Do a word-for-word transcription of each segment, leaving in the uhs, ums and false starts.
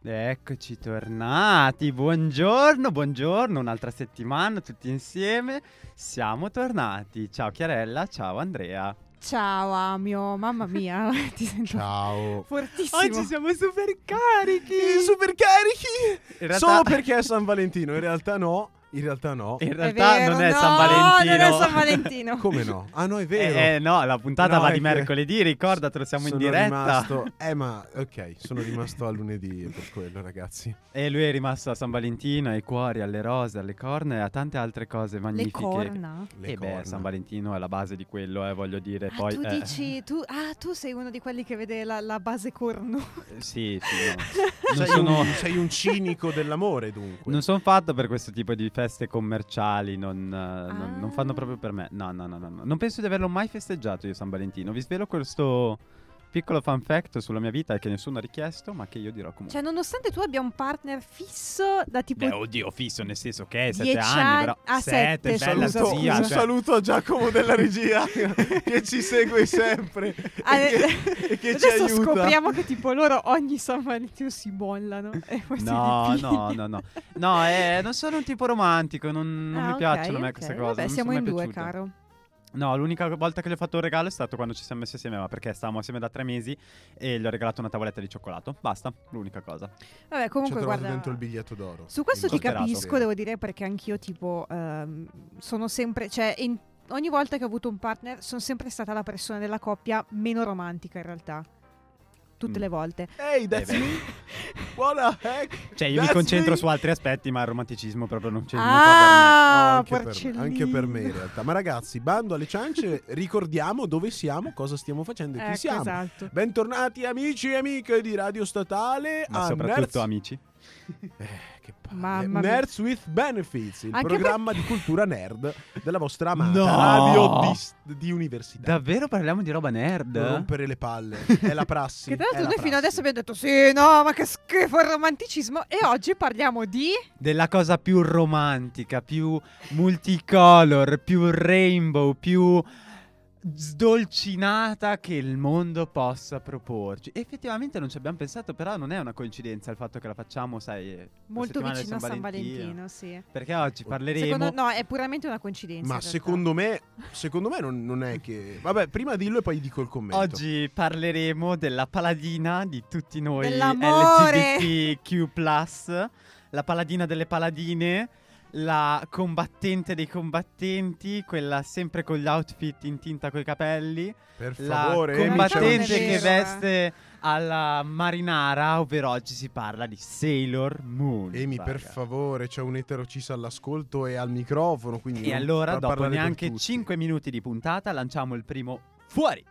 Eccoci tornati, buongiorno, buongiorno, un'altra settimana tutti insieme, siamo tornati. Ciao Chiarella, ciao Andrea. Ciao Amio, mamma mia, ti sento Ciao. fortissimo. Oggi siamo super carichi. Super carichi! In realtà, Solo perché è San Valentino, in realtà no. In realtà no. in È realtà vero, non è no, San Valentino. non è San Valentino. Come no? Ah no, è vero. Eh, eh, no, la puntata No, va è di che mercoledì, ricordatelo, siamo in sono diretta. rimasto... Eh ma, ok, sono rimasto a lunedì per quello, ragazzi. E lui è rimasto a San Valentino, ai cuori, alle rose, alle corna e a tante altre cose Le magnifiche. corna? Le E beh, corna. San Valentino è la base di quello, eh, voglio dire. Ah, Poi, tu eh, dici, tu, ah, tu sei uno di quelli che vede la, la base corno. eh, Sì, sì, no. Non Sei, sono... un, sei un cinico dell'amore, dunque. Non sono fatto per questo tipo di feste commerciali, non, eh, non- non Ah. fanno proprio per me. No, no, no, no, no. Non penso di averlo mai festeggiato io San Valentino. Vi svelo questo piccolo fun fact sulla mia vita che nessuno ha richiesto, ma che io dirò comunque. Cioè, nonostante tu abbia un partner fisso da tipo... Beh, oddio, fisso nel senso che è sette Dieci anni, anni- però ah, sette, sette, bella scusa, zia. un cioè- saluto a Giacomo della regia che ci segue sempre Ah, e che, eh, e che ci Adesso aiuta. scopriamo che tipo loro ogni San Valentino si mollano e poi si No, ripigliano. no, no, no. No, eh, non sono un tipo romantico, non, non Ah, mi ok, piacciono a me ok. queste cose. Vabbè, non mi siamo sono in mai due, piaciute. caro. No, l'unica volta che gli ho fatto un regalo è stato quando ci siamo messi assieme, ma perché stavamo assieme da tre mesi e gli ho regalato una tavoletta di cioccolato. Basta, l'unica cosa. Vabbè, Ci ho comunque trovato guarda, dentro il biglietto d'oro. su questo ti Incosperato. capisco, devo dire, perché anch'io tipo ehm, sono sempre, cioè in- ogni volta che ho avuto un partner sono sempre stata la persona della coppia meno romantica in realtà. Tutte Mm. le volte. Hey, that's Eh, beh. me. What the heck? Cioè, io mi That's concentro me. su altri aspetti, ma il romanticismo proprio non c'è Ah, non No, Ah, anche, per me, porcellino. anche per me in realtà. Ma ragazzi, bando alle ciance, ricordiamo dove siamo, cosa stiamo facendo e chi Ecco, siamo. esatto. Bentornati amici e amiche di Radio Statale ma a soprattutto Nerds... amici. Eh, che palle. Mamma mia. Nerds with Benefits, il Anche programma di cultura nerd della vostra amata No! radio di, di università. Davvero parliamo di roba nerd? Non rompere le palle, è la prassi. Che tra è l'altro la noi fino prassi. adesso abbiamo detto sì, no, ma che schifo il romanticismo. E oggi parliamo di... Della cosa più romantica, più multicolor, più rainbow, più sdolcinata che il mondo possa proporci. Effettivamente non ci abbiamo pensato, però non è una coincidenza il fatto che la facciamo, sai, la Molto settimana vicino a del San Valentino, sì. Perché oggi parleremo Secondo, no, è puramente una coincidenza. Ma in realtà. secondo me, secondo me non, non è che... Vabbè, prima dillo e poi dico il commento. Oggi parleremo della paladina di tutti noi Dell'amore. L G B T Q plus, la paladina delle paladine, la combattente dei combattenti, quella sempre con gli outfit in tinta coi capelli, Per la favore, Amy, combattente c'è un- che vero, eh. veste alla marinara, ovvero oggi si parla di Sailor Moon. Amy, raga. per favore, c'è un eterocis all'ascolto e al microfono, quindi E non allora, far dopo parlare per neanche tutti. cinque minuti di puntata, lanciamo il primo fuori.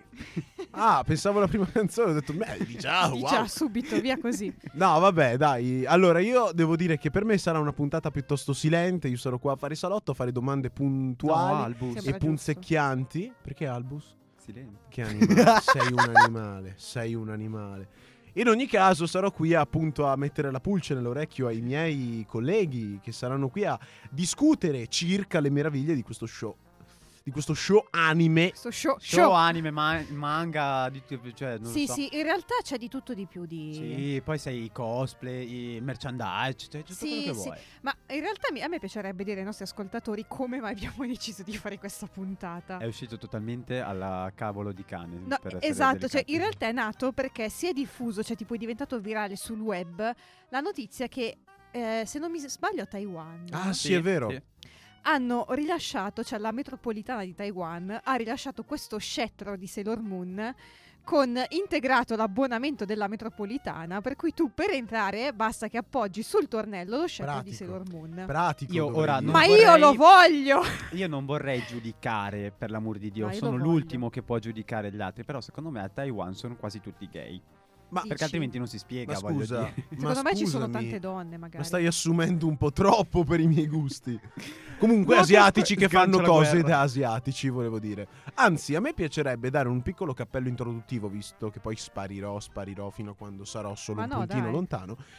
Ah, pensavo alla prima canzone, ho detto, beh, di già, Di wow. già, subito, via così. No, vabbè, dai. Allora, io devo dire che per me sarà una puntata piuttosto silente. Io sarò qua a fare salotto, a fare domande puntuali No, Albus. Sembra e punzecchianti. Perché Albus? Silenzio. Che animale? Sei un animale, sei un animale. In ogni caso sarò qui appunto a mettere la pulce nell'orecchio ai miei colleghi che saranno qui a discutere circa le meraviglie di questo show. Di questo show anime. Questo show, Show, show. anime, ma- manga, di tutto, cioè, non Sì, lo so. sì, in realtà c'è di tutto di più di... Sì, poi sei i cosplay, i merchandise, cioè tutto Sì, quello che sì. vuoi. Ma in realtà mi- a me piacerebbe dire ai nostri ascoltatori come mai abbiamo deciso di fare questa puntata. È uscito totalmente alla cavolo di cane. No, per essere esatto, cioè delicati. in realtà è nato perché si è diffuso, cioè tipo è diventato virale sul web la notizia che, eh, se non mi sbaglio, a Taiwan Ah, sì, è vero. sì. hanno rilasciato, cioè la metropolitana di Taiwan ha rilasciato questo scettro di Sailor Moon con integrato l'abbonamento della metropolitana, per cui tu per entrare basta che appoggi sul tornello lo scettro Pratico. di Sailor Moon. Pratico. Io dovrei ora dire. non Ma vorrei- io lo voglio! Io non vorrei giudicare, per l'amor di Dio, Ma io sono lo voglio. l'ultimo che può giudicare gli altri, però secondo me a Taiwan sono quasi tutti gay. Ma, Dici? Perché altrimenti non si spiega, ma voglio scusa, dire. ma Secondo me ci sono scusami, tante donne magari. Ma stai assumendo un po' troppo per i miei gusti. Comunque, No, asiatici che che fanno sgancia la cose guerra. da asiatici, volevo dire. Anzi, a me piacerebbe dare un piccolo cappello introduttivo, visto che poi sparirò, sparirò fino a quando sarò solo Ma un no, puntino dai. lontano.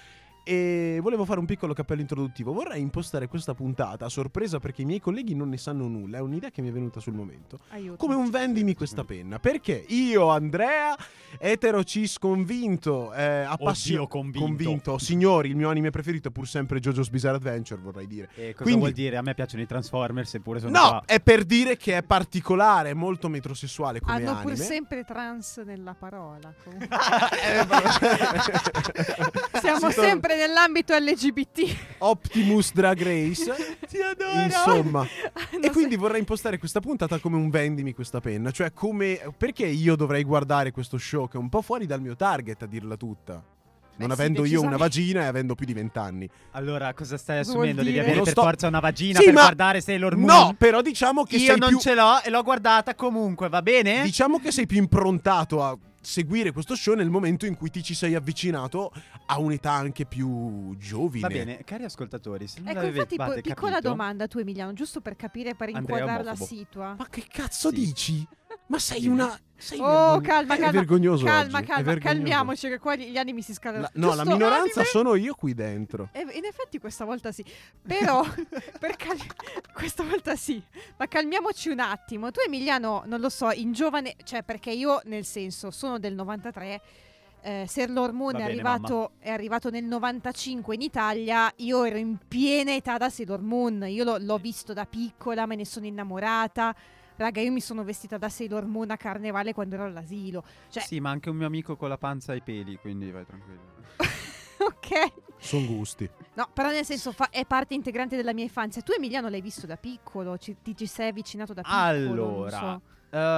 E volevo fare un piccolo cappello introduttivo. Vorrei impostare questa puntata a sorpresa perché i miei colleghi non ne sanno nulla. È un'idea che mi è venuta sul momento. Aiuto. Come un vendimi questa penna. Perché io, Andrea, etero cis convinto, eh, appassionato, Oddio, convinto. signori, il mio anime preferito è pur sempre JoJo's Bizarre Adventure, vorrei dire. E cosa Quindi- vuol dire? A me piacciono i Transformers, eppure sono No, qua. è per dire che è particolare, è molto metrosessuale come Hanno anime. pur sempre trans nella parola. comunque. Eh, Siamo Si sempre nell'ambito L G B T. Optimus Drag Race. Ti adoro. Insomma, Non e quindi so- vorrei impostare questa puntata come un vendimi questa penna. Cioè, come. Perché io dovrei guardare questo show che è un po' fuori dal mio target, a dirla tutta. Non Beh, sì, avendo io una decisamente. vagina e avendo più di vent'anni. Allora, cosa stai Cosa assumendo? vuol Devi dire? avere Non per sto- forza una vagina Sì, per ma- guardare Sailor Moon? No, però diciamo che Io sei non più. ce l'ho e l'ho guardata comunque, va bene? Diciamo che sei più improntato a seguire questo show nel momento in cui ti ci sei avvicinato a un'età anche più giovine. Va bene, cari ascoltatori, se non Ecco, l'avevate infatti, po- piccola capito, domanda tu, Emiliano, giusto per capire, per Andrea è inquadrare la omofobo. situa. Ma che cazzo Sì. dici? Ma sei Sì. una. Sei Oh, vergogn- calma, è calma. vergognoso Calma, oggi, è calma, vergognoso. calmiamoci che qua gli gli animi si scaldano. La- no, la Giusto, minoranza anime? sono io qui dentro. Eh, in effetti questa volta sì. Però per cal- questa volta sì. Ma calmiamoci un attimo. Tu, Emiliano, non lo so, in giovane, cioè perché io nel senso sono del novantatré. Eh, Sailor Moon Va è bene, arrivato, è arrivato nel novantacinque in Italia. Io ero in piena età da Sailor Moon. Io l'ho, l'ho visto da piccola, me ne sono innamorata. Raga, io mi sono vestita da Sailor Moon a carnevale quando ero all'asilo. Cioè, Sì, ma anche un mio amico con la panza e i peli, quindi vai tranquillo. ok. Sono gusti. No, però nel senso fa- è parte integrante della mia infanzia. Tu, Emiliano, l'hai visto da piccolo? Ci- ti ci sei avvicinato da piccolo? Allora, non so.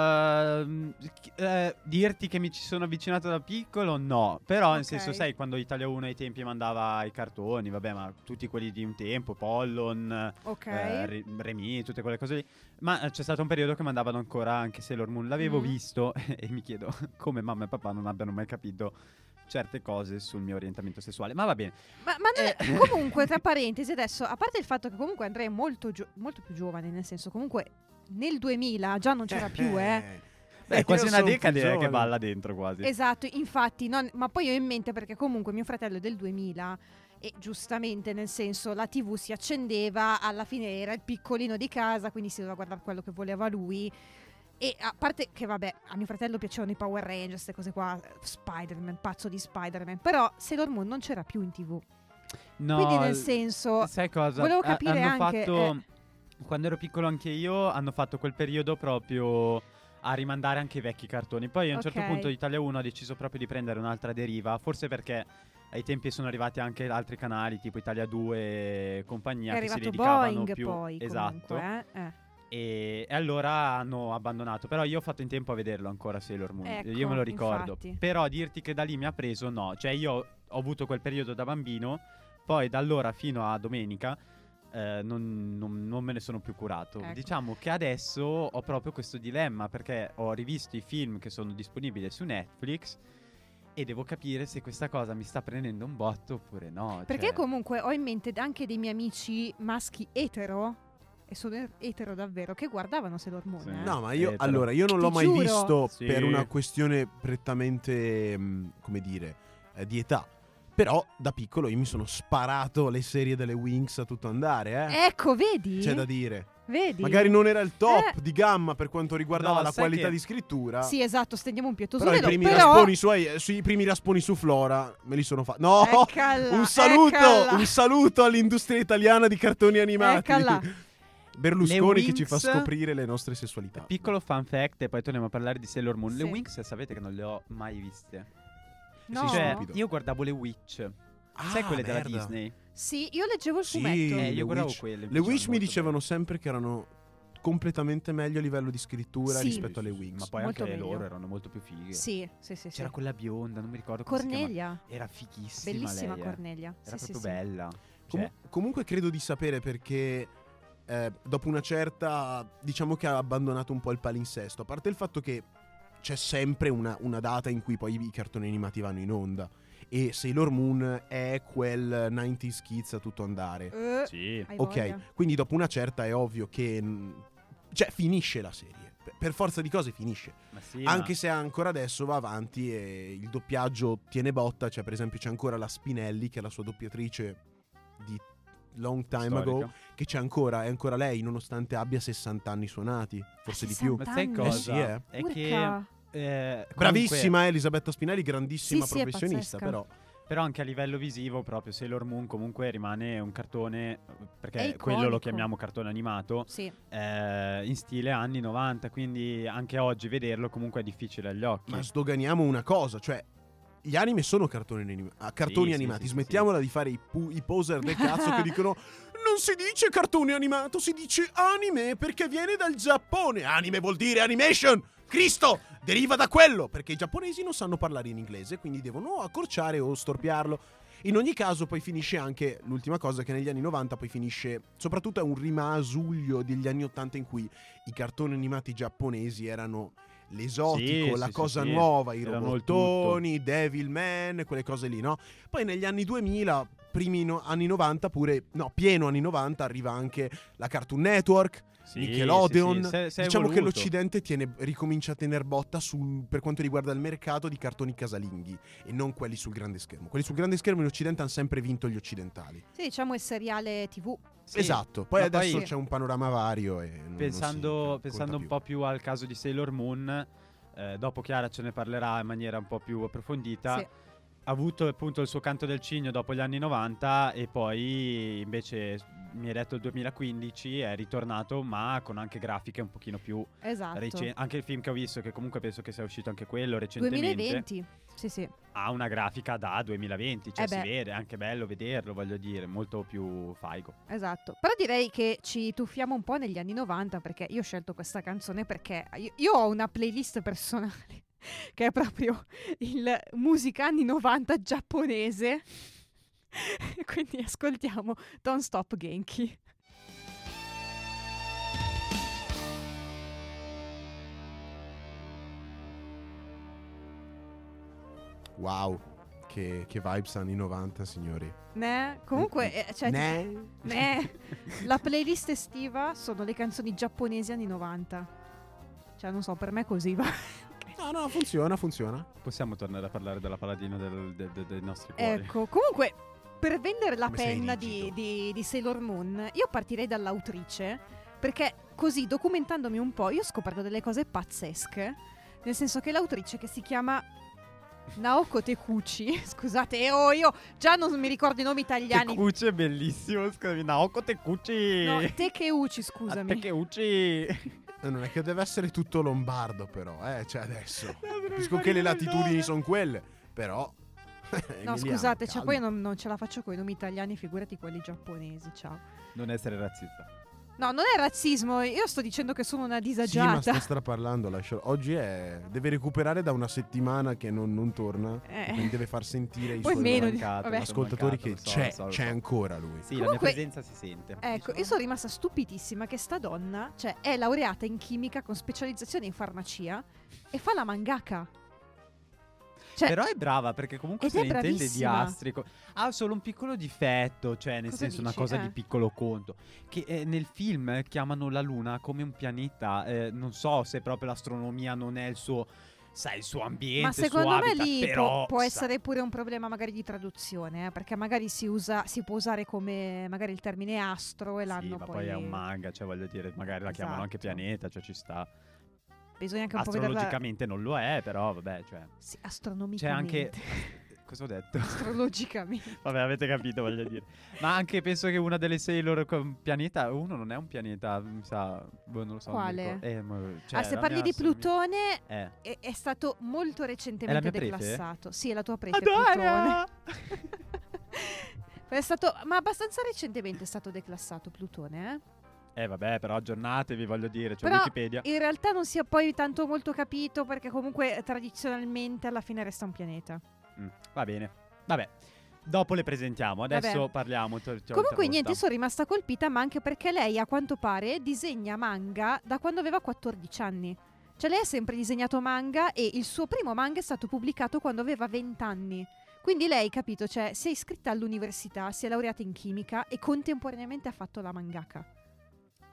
ehm, chi- eh, dirti che mi ci sono avvicinato da piccolo, no. Però, nel Ok. senso, sai, quando Italia uno ai tempi mandava i cartoni, vabbè, ma tutti quelli di un tempo, Pollon, Ok. eh, Re- Remy, tutte quelle cose lì. Ma eh, c'è stato un periodo che mandavano ancora anche Sailor Moon. L'avevo Mhm. visto e mi chiedo come mamma e papà non abbiano mai capito certe cose sul mio orientamento sessuale. Ma va bene. Ma, ma non è- Eh. comunque, tra parentesi, adesso, a parte il fatto che comunque Andrea è molto, gio- molto più giovane, nel senso, comunque nel duemila già non c'era più, eh. Beh, è quasi io una son più decade eh, che giovane. balla dentro quasi. Esatto, infatti, non- ma poi ho in mente perché comunque mio fratello è del duemila e giustamente, nel senso, la tivù si accendeva, alla fine era il piccolino di casa, quindi si doveva guardare quello che voleva lui. E a parte che, vabbè, a mio fratello piacevano i Power Rangers, queste cose qua, Spider-Man, pazzo di Spider-Man, però Sailor Moon non c'era più in tivù. No, Quindi nel l- senso, sai cosa? volevo Ha- capire hanno anche, fatto, quando ero piccolo anche io, hanno fatto quel periodo proprio a rimandare anche i vecchi cartoni. Poi a un certo Ok. punto Italia uno ha deciso proprio di prendere un'altra deriva, forse perché ai tempi sono arrivati anche altri canali tipo Italia due e compagnia è che si arrivato dedicavano Boeing più poi, esatto. comunque, eh. Eh. E, e allora hanno abbandonato. Però io ho fatto in tempo a vederlo ancora Sailor Moon. Ecco, io me lo ricordo. infatti. Però dirti che da lì mi ha preso, no. Cioè io ho avuto quel periodo da bambino. Poi da allora fino a domenica eh, non, non- non me ne sono più curato. Ecco. Diciamo che adesso ho proprio questo dilemma, perché ho rivisto i film che sono disponibili su Netflix e devo capire se questa cosa mi sta prendendo un botto oppure no. Perché cioè. comunque ho in mente anche dei miei amici maschi etero, e sono er- etero davvero, che guardavano Sailor Moon. Sì. eh. No, ma io Etero. allora io non Ti l'ho mai giuro. visto Sì. per una questione prettamente mh, come dire, eh, di età. Però da piccolo io mi sono sparato le serie delle Winx a tutto andare, eh. Ecco, vedi? C'è da dire. Vedi? Magari non era il top Eh. di gamma per quanto riguardava No, la sai qualità che- di scrittura. Sì, esatto, stendiamo un pietoso Però i velo, primi però... rasponi suoi, eh, sui primi rasponi su Flora me li sono fatti. No! Eccola, un saluto, eccola. un saluto all'industria italiana di cartoni animati. Eccola. Berlusconi Le che ci Winx- fa scoprire le nostre sessualità. Piccolo fun fact e poi torniamo a parlare di Sailor Moon. Sì. Le Winx sapete che non le ho mai viste. No. Sì, Cioè, stupido. io guardavo le Witch. Ah, Sai quelle della merda. Disney? Sì, io leggevo il Sì, fumetto. Eh, le io guardavo Witch- quelle. mi Le piacevano Witch mi molto dicevano bene. sempre che erano completamente meglio a livello di scrittura Sì. rispetto alle Sì, sì, Winx. ma poi Molto anche meglio. loro erano molto più fighe. Sì, sì, sì, sì. C'era quella bionda, non mi ricordo come si Cornelia. chiama. Era fighissima Bellissima lei, eh. Cornelia. Era Sì, sì, proprio sì. bella. Com- Cioè, comunque credo di sapere perché eh, dopo una certa, diciamo che ha abbandonato un po' il palinsesto. A parte il fatto che c'è sempre una, una data in cui poi i cartoni animati vanno in onda. E Sailor Moon è quel novanta kids a tutto andare. Eh, sì. hai Ok, voglia. quindi dopo una certa è ovvio che mh, cioè finisce la serie. per forza di cose finisce. Ma sì, Anche ma... se ancora adesso va avanti e il doppiaggio tiene botta. Cioè, per esempio, c'è ancora la Spinelli, che è la sua doppiatrice di long time Storica. ago, che c'è ancora, è ancora lei, nonostante abbia sessanta anni suonati, forse di più. Ma sai Anni. cosa? Eh sì, eh. È Urca. che... eh, Bravissima comunque- Elisabetta Spinelli, grandissima Sì, sì, è professionista, pazzesca. però. Però anche a livello visivo proprio Sailor Moon comunque rimane un cartone, perché È quello lo iconico. chiamiamo cartone animato, Sì. eh, in stile anni novanta, quindi anche oggi vederlo comunque è difficile agli occhi. Ma sdoganiamo una cosa, cioè gli anime sono cartoni, anim- ah, cartoni Sì, sì, animati. sì, sì, Smettiamola di fare i, pu- i poser del cazzo che dicono non si dice cartone animato, si dice anime perché viene dal Giappone. Anime vuol dire animation. Cristo, deriva da quello, perché i giapponesi non sanno parlare in inglese, quindi devono accorciare o storpiarlo. In ogni caso poi finisce anche l'ultima cosa, che negli anni novanta poi finisce, soprattutto è un rimasuglio degli anni ottanta in cui i cartoni animati giapponesi erano l'esotico, Sì, la sì, sì, cosa sì. nuova, i Erano il robottoni, Devilman, quelle cose lì, no? Poi negli anni duemila, primi no- anni novanta pure, no, pieno anni novanta arriva anche la Cartoon Network, Sì, Nickelodeon. sì, sì, se- se è Diciamo che evoluto. l'Occidente tiene, ricomincia a tener botta sul, per quanto riguarda il mercato di cartoni casalinghi e non quelli sul grande schermo. Quelli sul grande schermo in Occidente hanno sempre vinto gli occidentali. Sì, diciamo il seriale tivù. Sì. Esatto, poi Ma adesso poi- c'è un panorama vario e non- Pensando, non si conta pensando un più. po' più al caso di Sailor Moon, eh, dopo Chiara ce ne parlerà in maniera un po' più approfondita. Sì. Ha avuto appunto il suo canto del cigno dopo gli anni novanta e poi invece mi hai detto il duemilaquindici è ritornato, ma con anche grafiche un pochino più Esatto. recenti. Anche il film che ho visto, che comunque penso che sia uscito anche quello recentemente, duemilaventi. Sì, sì. ha una grafica da duemilaventi, cioè Eh si beh. vede, è anche bello vederlo, voglio dire, molto più faigo. Esatto, però direi che ci tuffiamo un po' negli anni novanta, perché io ho scelto questa canzone perché io, io ho una playlist personale che è proprio il musica anni novanta giapponese. Quindi ascoltiamo Don't Stop Genki. Wow, che, che vibes anni novanta, signori. Ne? Comunque, eh, cioè, Ne? ne? La playlist estiva sono le canzoni giapponesi anni novanta. Cioè, non so, per me così va. No, no, funziona, funziona. Possiamo tornare a parlare della paladino del- de- de- dei nostri cuori. Ecco, comunque, per vendere la Come sei penna di, rigido. di- di Sailor Moon, io partirei dall'autrice, perché così, documentandomi un po', io ho scoperto delle cose pazzesche, nel senso che l'autrice, che si chiama Naoko Tekuchi, scusate, oh, io già non mi ricordo i nomi italiani. Tekuchi è bellissimo, scusami, Naoko Tekuchi. No, Tekeuchi, scusami. Tekuchi. Eh, Non è che deve essere tutto lombardo, però, eh, cioè adesso. No, però mi Capisco fa che le ridere il latitudini nome. sono quelle, però. No, Emiliano, scusate, cioè calma. poi non, non ce la faccio con i nomi italiani, figurati quelli giapponesi, ciao. Non essere razzista. No, non è razzismo, io sto dicendo che sono una Sì, ma disagiata. sta straparlando. lascia- Oggi è. Deve recuperare da una settimana che non, non torna. Eh. Quindi deve far sentire i Poi suoi meno di- mancato, vabbè. mi sono ascoltatori mancato, che lo so, c'è, lo so, lo c'è so. ancora lui. Sì, Comunque- la mia presenza si sente. Ecco, io sono rimasta stupidissima che sta donna, cioè, è laureata in chimica con specializzazione in farmacia e fa la mangaka. Cioè, Però è brava perché comunque ed se è ne intende di bravissima. astrico. Ha solo un piccolo difetto, cioè nel Cosa senso una dici? cosa Eh. di piccolo conto. Che eh, nel film eh, chiamano la Luna come un pianeta. eh, non so se proprio l'astronomia non è il suo, sai, il suo ambiente, ma il secondo suo me habitat, lì però, può, può sai, essere pure un problema magari di traduzione, eh, perché magari si usa, si può usare come magari il termine astro e sì, l'hanno ma poi... poi è un manga, cioè voglio dire, magari la chiamano anche Esatto. pianeta, cioè ci sta. Bisogna anche un po' vederla... Astrologicamente non lo è, però vabbè, cioè Sì, c'è astronomicamente. anche cosa ho detto? Astrologicamente. Vabbè, avete capito, voglio dire. Ma anche penso che una delle Sailor con pianeta, uno non è un pianeta, mi sa, boh, non lo so. non mi Quale? ricordo. Eh, ma- cioè, ah, se la parli mia di astronomia- Plutone, Eh. è, è stato molto recentemente È la mia prefe? declassato. Sì, è la tua prefe, Plutone. Adora! È stato, ma abbastanza recentemente è stato declassato Plutone, eh? Eh vabbè, però aggiornatevi, voglio dire, c'è Però Wikipedia. in realtà non si è poi tanto molto capito, perché comunque tradizionalmente alla fine resta un pianeta. Mm, va bene. Vabbè. Dopo le presentiamo, adesso Vabbè. parliamo. to- to- Comunque interrotta. niente, sono rimasta colpita, ma anche perché lei a quanto pare disegna manga da quando aveva quattordici anni. Cioè lei ha sempre disegnato manga e il suo primo manga è stato pubblicato quando aveva venti anni. Quindi lei, capito, cioè si è iscritta all'università, si è laureata in chimica e contemporaneamente ha fatto la mangaka.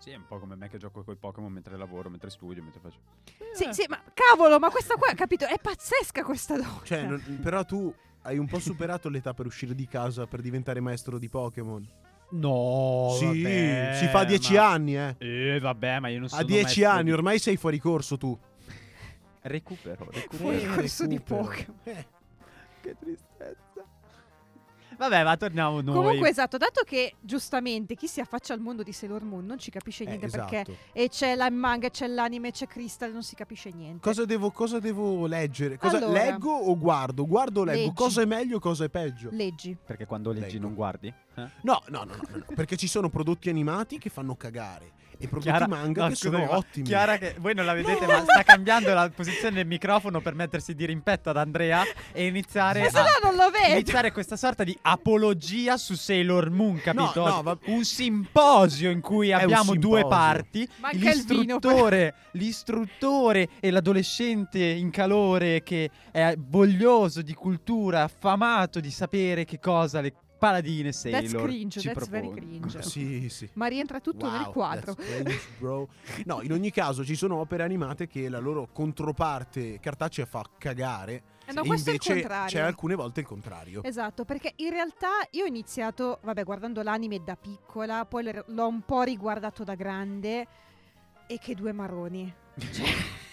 Sì, è un po' come me che gioco coi Pokémon mentre lavoro, mentre studio, mentre faccio... Sì, sì, ma cavolo, ma questa qua, capito? È pazzesca questa donna. Cioè, non- però tu hai un po' superato l'età per uscire di casa per diventare maestro di Pokémon. No, Sì, vabbè, si fa dieci ma- anni, eh. Eh, vabbè, ma io non sono A dieci maestro anni, di- ormai sei fuori corso tu. Recupero, recupero. Fuori corso di recupero. Pokémon. Eh. Che tristezza. Vabbè, ma torniamo noi. Comunque, esatto, dato che giustamente chi si affaccia al mondo di Sailor Moon non ci capisce Eh, niente esatto. perché e c'è la manga, c'è l'anime, c'è Crystal, non si capisce niente. Cosa devo, cosa devo leggere? Cosa Allora. leggo o guardo? Guardo o leggo? Leggi. Cosa è meglio, cosa è peggio? Leggi. Perché quando leggi Leggo. non guardi? Eh? No, no, no, no, no, no, perché ci sono prodotti animati che fanno cagare e prodotti Chiara- manga no, che scusami, sono ma ottimi. Chiara che voi non la vedete, ma sta cambiando la posizione del microfono per mettersi di rimpetto ad Andrea e iniziare Ma se a no non lo vedo. iniziare questa sorta di apologia su Sailor Moon, capito? No, no, va- Un simposio in cui È un abbiamo due simposio. parti, Manca il vino, l'istruttore, l'istruttore e l'adolescente in calore che è voglioso di cultura, affamato di sapere che cosa le paladine Sailor That's cringe, ci that's very propongono. cringe. Sì, sì. Ma rientra tutto Wow, nel quadro. that's cringe, bro. No, in ogni caso ci sono opere animate che la loro controparte cartacea fa cagare. Eh no, e questo è il invece contrario. c'è alcune volte il contrario. Esatto, perché in realtà io ho iniziato, vabbè, guardando l'anime da piccola, poi l'ho- l'ho un po' riguardato da grande e che due maroni. Cioè,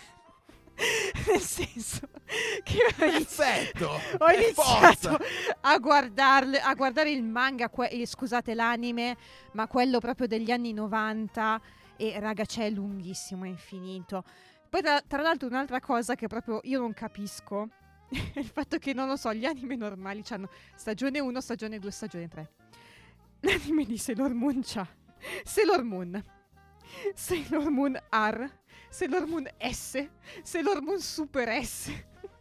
nel senso che ho iniziato, Perfetto! ho Per iniziato forza! a guardarle, a guardare il manga, que- eh, scusate l'anime, ma quello proprio degli anni novanta e raga c'è lunghissimo, è infinito. Poi tra, tra l'altro un'altra cosa che proprio io non capisco è il fatto che, non lo so, gli anime normali hanno stagione uno, stagione due, stagione tre. L'anime di Sailor Moon c'ha Sailor Moon, Sailor Moon R, Sailor Moon S, Sailor Moon Super S,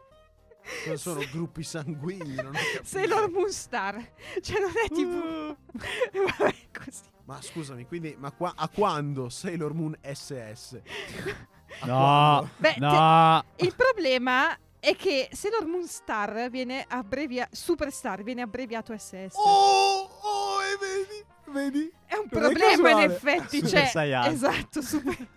Non sono gruppi sanguigni, non ho capito. Sailor Moon Star. Cioè non è tipo vabbè, così. Ma scusami, quindi ma qua, a quando Sailor Moon S S? A No, quando? Beh, no. Il problema è che Sailor Moon Star viene abbreviato, Superstar viene abbreviato S S. Oh, oh, e vedi, vedi? È un non è problema in casuale. effetti, Super cioè, Saiyan. esatto, super.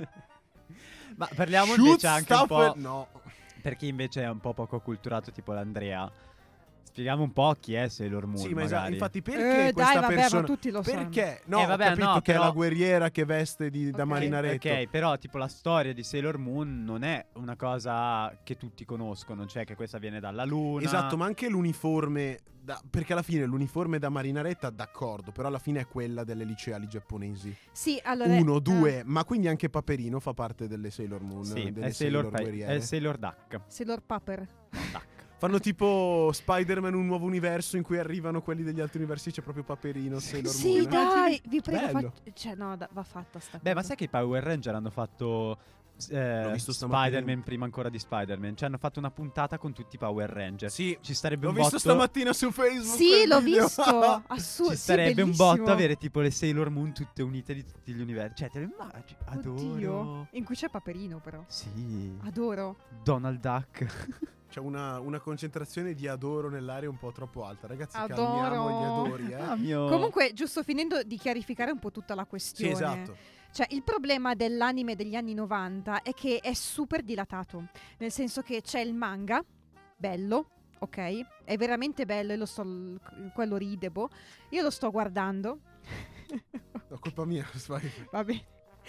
Ma parliamo Shoot invece anche un po', Stuffer- No. per chi invece è un po' poco acculturato tipo l'Andrea. Spieghiamo un po' chi è Sailor Moon, Sì, ma esatto, magari. infatti perché Eh, questa dai, vabbè, persona ma tutti lo sanno. Perché? No, Eh, vabbè, ho capito no, che però- è la guerriera che veste di, da Ok. marinaretto. Ok, però tipo la storia di Sailor Moon non è una cosa che tutti conoscono, cioè che questa viene dalla luna. Esatto, ma anche l'uniforme da- perché alla fine l'uniforme da marinaretta d'accordo, però alla fine è quella delle liceali giapponesi. Sì, allora Uno, eh, due, ma quindi anche Paperino fa parte delle Sailor Moon, Sì, delle è Sailor, Sailor Pa- guerriere. è Sailor Duck. Sailor Paper. Duck. Fanno tipo Spider-Man un nuovo universo in cui arrivano quelli degli altri universi, c'è proprio Paperino, Sailor Sì, Moon. dai, vi prego, Bello. fac- cioè no, da- va fatta sta Beh, ma cosa. sai che i Power Ranger hanno fatto eh, L'ho visto stamattina. Spider-Man prima ancora di Spider-Man? Cioè hanno fatto una puntata con tutti i Power Ranger. Sì, Ci starebbe l'ho un visto botto stamattina su Facebook. Sì, quel l'ho video. visto. Assurdo. Ci sì, sarebbe un bellissimo. botto avere tipo le Sailor Moon tutte unite di tutti gli universi. Cioè, te le immagini? Adoro. Oddio. In cui c'è Paperino però. Sì. Adoro. Donald Duck. C'è una, una concentrazione di adoro nell'aria un po' troppo alta. Ragazzi, Adoro. calmiamo gli adori, eh. Ah, mio. Comunque, giusto finendo di chiarificare un po' tutta la Sì, questione. esatto. Cioè, il problema dell'anime degli anni novanta è che è super dilatato. Nel senso che c'è il manga, bello, ok? È veramente bello, e lo sto, quello ridebo. Io lo sto guardando. No, colpa mia, vai. Va bene.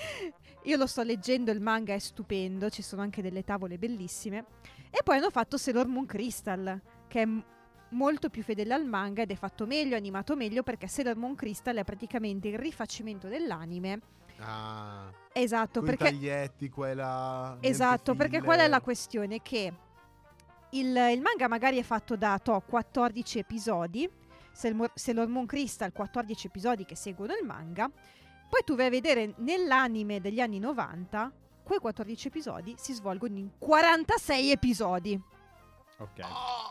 Io lo sto leggendo, il manga è stupendo, ci sono anche delle tavole bellissime. E poi hanno fatto Sailor Moon Crystal, che è m- molto più fedele al manga ed è fatto meglio, animato meglio, perché Sailor Moon Crystal è praticamente il rifacimento dell'anime. Ah, Esatto, con i perché taglietti, quella... esatto, niente perché filler. qual è la questione? Che il, il manga magari è fatto da to, quattordici episodi, Sailor Sailor Moon Crystal quattordici episodi che seguono il manga, poi tu vai a vedere nell'anime degli anni novanta, quei quattordici episodi si svolgono in quarantasei episodi. Ok. Oh,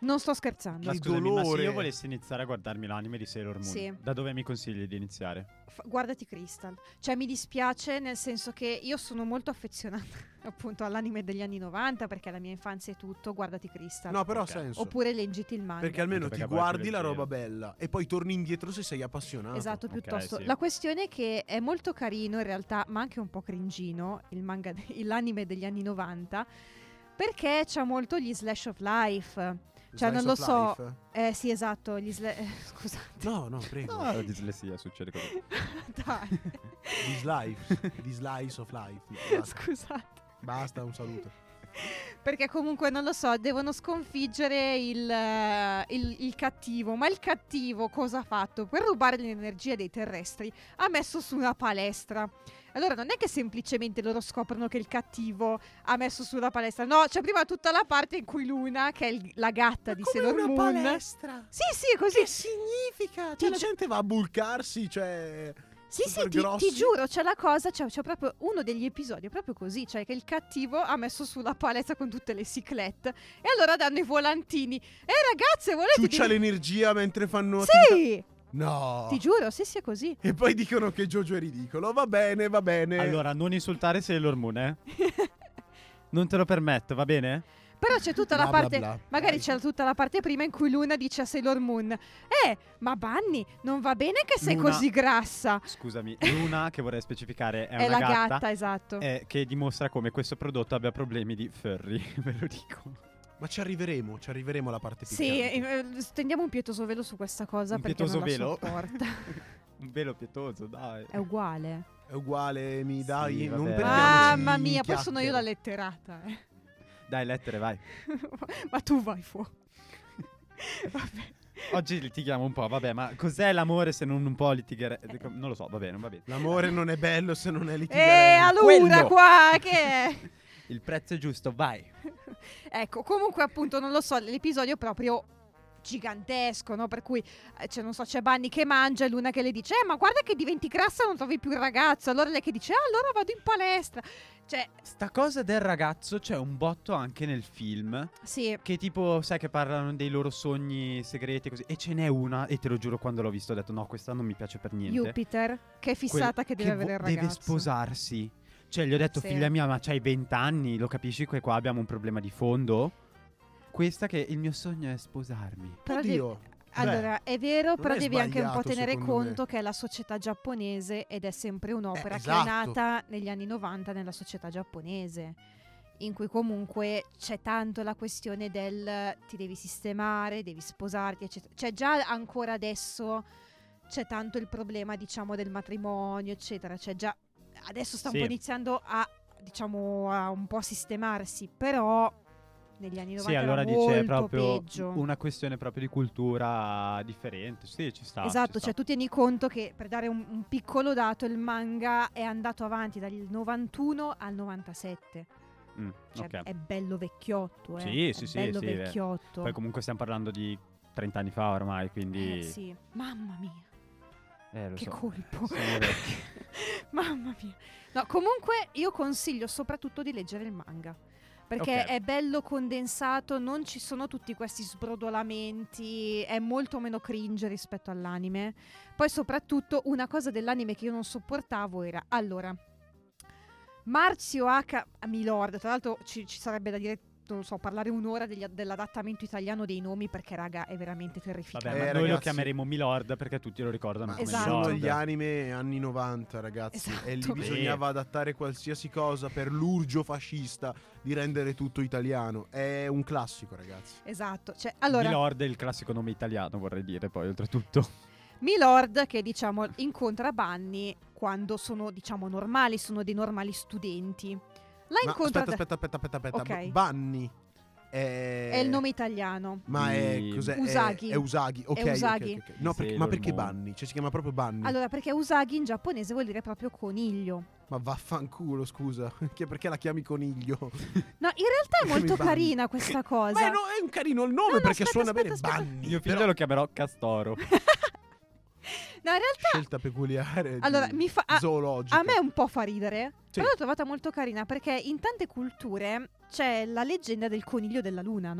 Non sto scherzando. Ma Che scusami, ma se dolore. io volessi iniziare a guardarmi l'anime di Sailor Moon, Sì. da dove mi consigli di iniziare? F- guardati Crystal. Cioè mi dispiace nel senso che io sono molto affezionata appunto all'anime degli anni novanta perché è la mia infanzia e tutto. Guardati Crystal. No, però ha Ok. senso. Oppure leggiti il manga. Perché almeno Anche ti perché poi è guardi più la leggero. roba bella e poi torni indietro se sei appassionato. Esatto, Ok, piuttosto. sì. La questione è che è molto carino in realtà, ma anche un po' cringino, il manga, de- l'anime degli anni novanta, perché c'ha molto gli slash of life. Cioè, Slice non lo of so. life. Eh sì, esatto, gli sla- eh, scusate. No, no, prego. No, la dislessia succede così. Dai. This life. This slice of life. Basta. Scusate. Basta, un saluto. Perché comunque non lo so, devono sconfiggere il, eh, il- il cattivo. Ma il cattivo cosa ha fatto? Per rubare l'energia dei terrestri ha messo su una palestra. Allora non è che semplicemente loro scoprono che il cattivo ha messo su una palestra. No, c'è prima tutta la parte in cui Luna, che è il- la gatta di Sailor Moon. palestra. Sì, sì, è così. Che significa? Ti Cioè, la gi- gente va a bulcarsi, cioè... Sì, super sì, ti, grossi. ti giuro, c'è la cosa, c'è, c'è proprio uno degli episodi, è proprio così, cioè che il cattivo ha messo sulla palestra con tutte le ciclette e allora danno i volantini. Eh ragazze, volete Ciuccia dire- l'energia mentre fanno attività- Sì, No. ti giuro, sì, sì, è così. E poi dicono che Jojo è ridicolo. Va bene, va bene. Allora, non insultare Sailor Moon, eh? Non te lo permetto, va bene? Però c'è tutta la Bla, bla, parte, bla. magari Vai. c'è tutta la parte prima in cui Luna dice a Sailor Moon: Eh, ma Bunny, non va bene che sei Luna- così grassa. Scusami, Luna, che vorrei specificare, è, È una la gatta, gatta, esatto. eh, che dimostra come questo prodotto abbia problemi di furry, ve lo dico. Ma ci arriveremo, ci arriveremo alla parte Sì, piccante. eh, stendiamo un pietoso velo su questa cosa Un perché pietoso non la velo? sopporta. Un velo pietoso, dai. È uguale. È uguale, mi dai, Sì, non vabbè. perdiamoci Mamma in mia, poi sono io la chiacchiere. letterata. Eh. Dai, lettere, vai. Ma tu vai fuori. Vabbè. Oggi litighiamo un po', vabbè, ma cos'è l'amore se non un po' litigare? Non lo so, va bene, va bene. L'amore non è bello se non è E litigare. allora Quello. qua che è? Il prezzo è giusto, vai. Ecco, comunque appunto non lo so, l'episodio è proprio gigantesco, no? Per cui eh, cioè, non so, c'è Bunny che mangia e Luna che le dice "Eh, ma guarda che diventi grassa, non trovi più il ragazzo". Allora lei che dice "Ah, allora vado in palestra". Cioè, Sta cosa del ragazzo c'è un botto anche nel film. sì, Che tipo, sai che parlano dei loro sogni segreti così. E ce n'è una, e te lo giuro, quando l'ho visto ho detto no, questa non mi piace per niente. Jupiter che è fissata Quel- che deve vo- avere il ragazzo. Deve sposarsi. Cioè, gli ho detto, Sì. figlia mia, ma c'hai venti anni, lo capisci che qua abbiamo un problema di fondo? Questa che il mio sogno è sposarmi. Però devi- Oddio. Allora, è vero, non però è devi anche un po' sbagliato, tenere secondo conto me. che è la società giapponese ed è sempre un'opera Eh, che è esatto. nata negli anni novanta nella società giapponese, in cui comunque c'è tanto la questione del ti devi sistemare, devi sposarti, eccetera. Cioè già ancora adesso c'è tanto il problema, diciamo, del matrimonio, eccetera. Cioè già adesso sta un Sì. po' iniziando a, diciamo, a un po' sistemarsi, però negli anni novanta Sì, allora era dice molto proprio peggio. una questione proprio di cultura differente. Sì, ci sta. Esatto, ci cioè sta. tu tieni conto che, per dare un, un piccolo dato, il manga è andato avanti dal novantuno al novantasette. Mm, Cioè ok. è bello vecchiotto, eh. Sì, È sì, sì, bello sì, eh. vecchiotto. Poi comunque stiamo parlando di trenta anni fa ormai, quindi... Eh, sì. Mamma mia, Eh, lo che so. colpo. Siamo vecchi. Mamma mia. No, comunque io consiglio soprattutto di leggere il manga. Perché Ok. è bello condensato, non ci sono tutti questi sbrodolamenti, è molto meno cringe rispetto all'anime. Poi soprattutto una cosa dell'anime che io non sopportavo era, allora, Marzio H. Milord, tra l'altro ci, ci sarebbe da dire, non lo so, parlare un'ora degli- dell'adattamento italiano dei nomi perché raga è veramente terrificante. Vabbè, Eh, ma noi lo ragazzi. chiameremo Milord perché tutti lo ricordano Ma come Esatto. sono Milord. gli anime anni novanta, ragazzi. E lì Esatto. bisognava adattare qualsiasi cosa per l'urgio fascista di rendere tutto italiano. È un classico, ragazzi. Esatto, cioè, allora, Milord è il classico nome italiano, vorrei dire, poi oltretutto. Milord che diciamo incontra Bunny quando sono diciamo normali, sono dei normali studenti. La Ma incontra aspetta, da- aspetta, aspetta, aspetta, aspetta. Ok. Bunny è... è il nome italiano. Ma è Di- cos'è? È- Usagi. È, Usagi. Ok, È ok, Usagi. ok, ok. No, Di perché- ma Sailor perché Moon. Bunny? Cioè si chiama proprio Bunny. Allora, perché Usagi in giapponese vuol dire proprio coniglio. Ma vaffanculo, scusa. Che- perché la chiami coniglio? No, in realtà è Chiami molto Bunny. carina questa cosa. Ma è, no, è un carino il nome No, no, perché aspetta, suona aspetta, bene aspetta. Bunny. Mio figlio però- lo chiamerò Castoro. No, in realtà Scelta peculiare. Allora, di- mi fa a, zoologica. a me un po' fa ridere, Sì. però l'ho trovata molto carina perché in tante culture c'è la leggenda del coniglio della luna, no?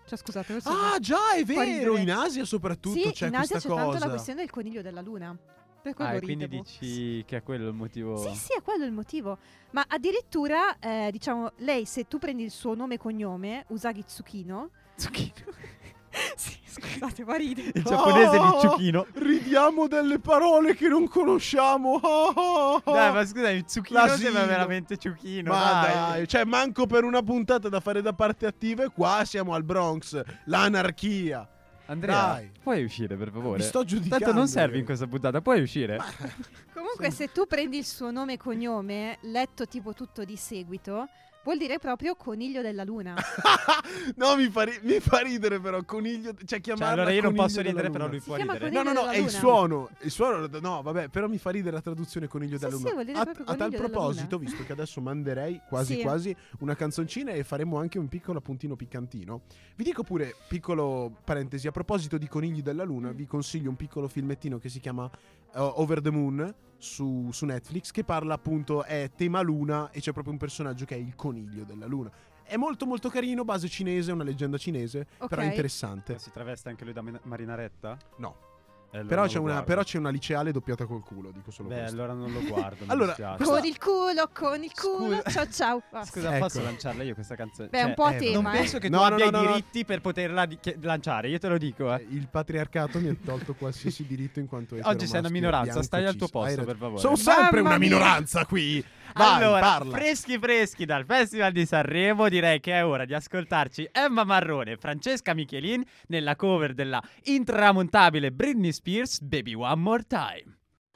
Cioè, scusate, questo Ah, è- già, è fa vero. ridere. In Asia soprattutto Sì, c'è in Asia questa c'è tanto cosa. la questione del coniglio della luna. Per quello Ah, e ride, quindi boh. dici che è quello il motivo. Sì, sì, è quello il motivo. Ma addirittura, eh, diciamo, lei, se tu prendi il suo nome e cognome, Usagi Tsukino. Zucchino. Sì, scusate, ma ride. Il giapponese Oh, di Ciuchino. Ridiamo delle parole che non conosciamo. Dai, ma scusami, Zucchino L'asilo. sembra veramente Ciuchino. Ma dai. dai, cioè manco per una puntata da fare da parte attiva e qua siamo al Bronx, l'anarchia. Andrea, Dai. puoi uscire per favore? Mi sto giudicando. Tanto non servi eh. in questa puntata, puoi uscire? Comunque, se tu prendi il suo nome e cognome, letto tipo tutto di seguito, vuol dire proprio coniglio della luna. No, mi fa, ri- mi fa ridere però coniglio, cioè Cioè, chiamarla allora io non coniglio posso della ridere, luna. però lui Si può chiama ridere. coniglio No, no, no, della è il luna. suono. Il suono, no, vabbè, però mi fa ridere la traduzione coniglio Sì, della sì, luna. vuol dire a, proprio a tal coniglio della proposito, luna. visto che adesso manderei quasi Sì. quasi una canzoncina e faremo anche un piccolo appuntino piccantino. Vi dico pure, piccolo parentesi, a proposito di conigli della luna, Mm. vi consiglio un piccolo filmettino che si chiama uh, Over the Moon su, su Netflix, che parla appunto, è tema luna e c'è proprio un personaggio che è il coniglio della luna. È molto molto carino, base cinese, una leggenda cinese, Ok. però è interessante. Si traveste anche lui da men- marinaretta? No. Eh, allora Però non c'è, lo una, guardo. però c'è una liceale doppiata col culo, dico solo Beh, questo. allora non lo guardo. mi Allora, dispiace. questa- Con il culo, con il culo. Scusa- Ciao, ciao. Basta. Scusa, Ecco. posso lanciarla io questa canzone? Beh, è un Cioè, po' a eh, tema, non eh. penso che No, tu no, abbia no, i no, no. diritti per poterla di- chi- lanciare, io te lo dico, eh. Eh, Il patriarcato mi ha tolto qualsiasi diritto in quanto Oggi sei una eteromaschio, minoranza, bianco, stai al tuo cis. Hai posto, ragione. per favore. Sono sempre Mamma una mia. minoranza qui. Vai, allora, parla. freschi freschi dal Festival di Sanremo, direi che è ora di ascoltarci Emma Marrone e Francesca Michelin nella cover della intramontabile Britney Spears, Baby One More Time.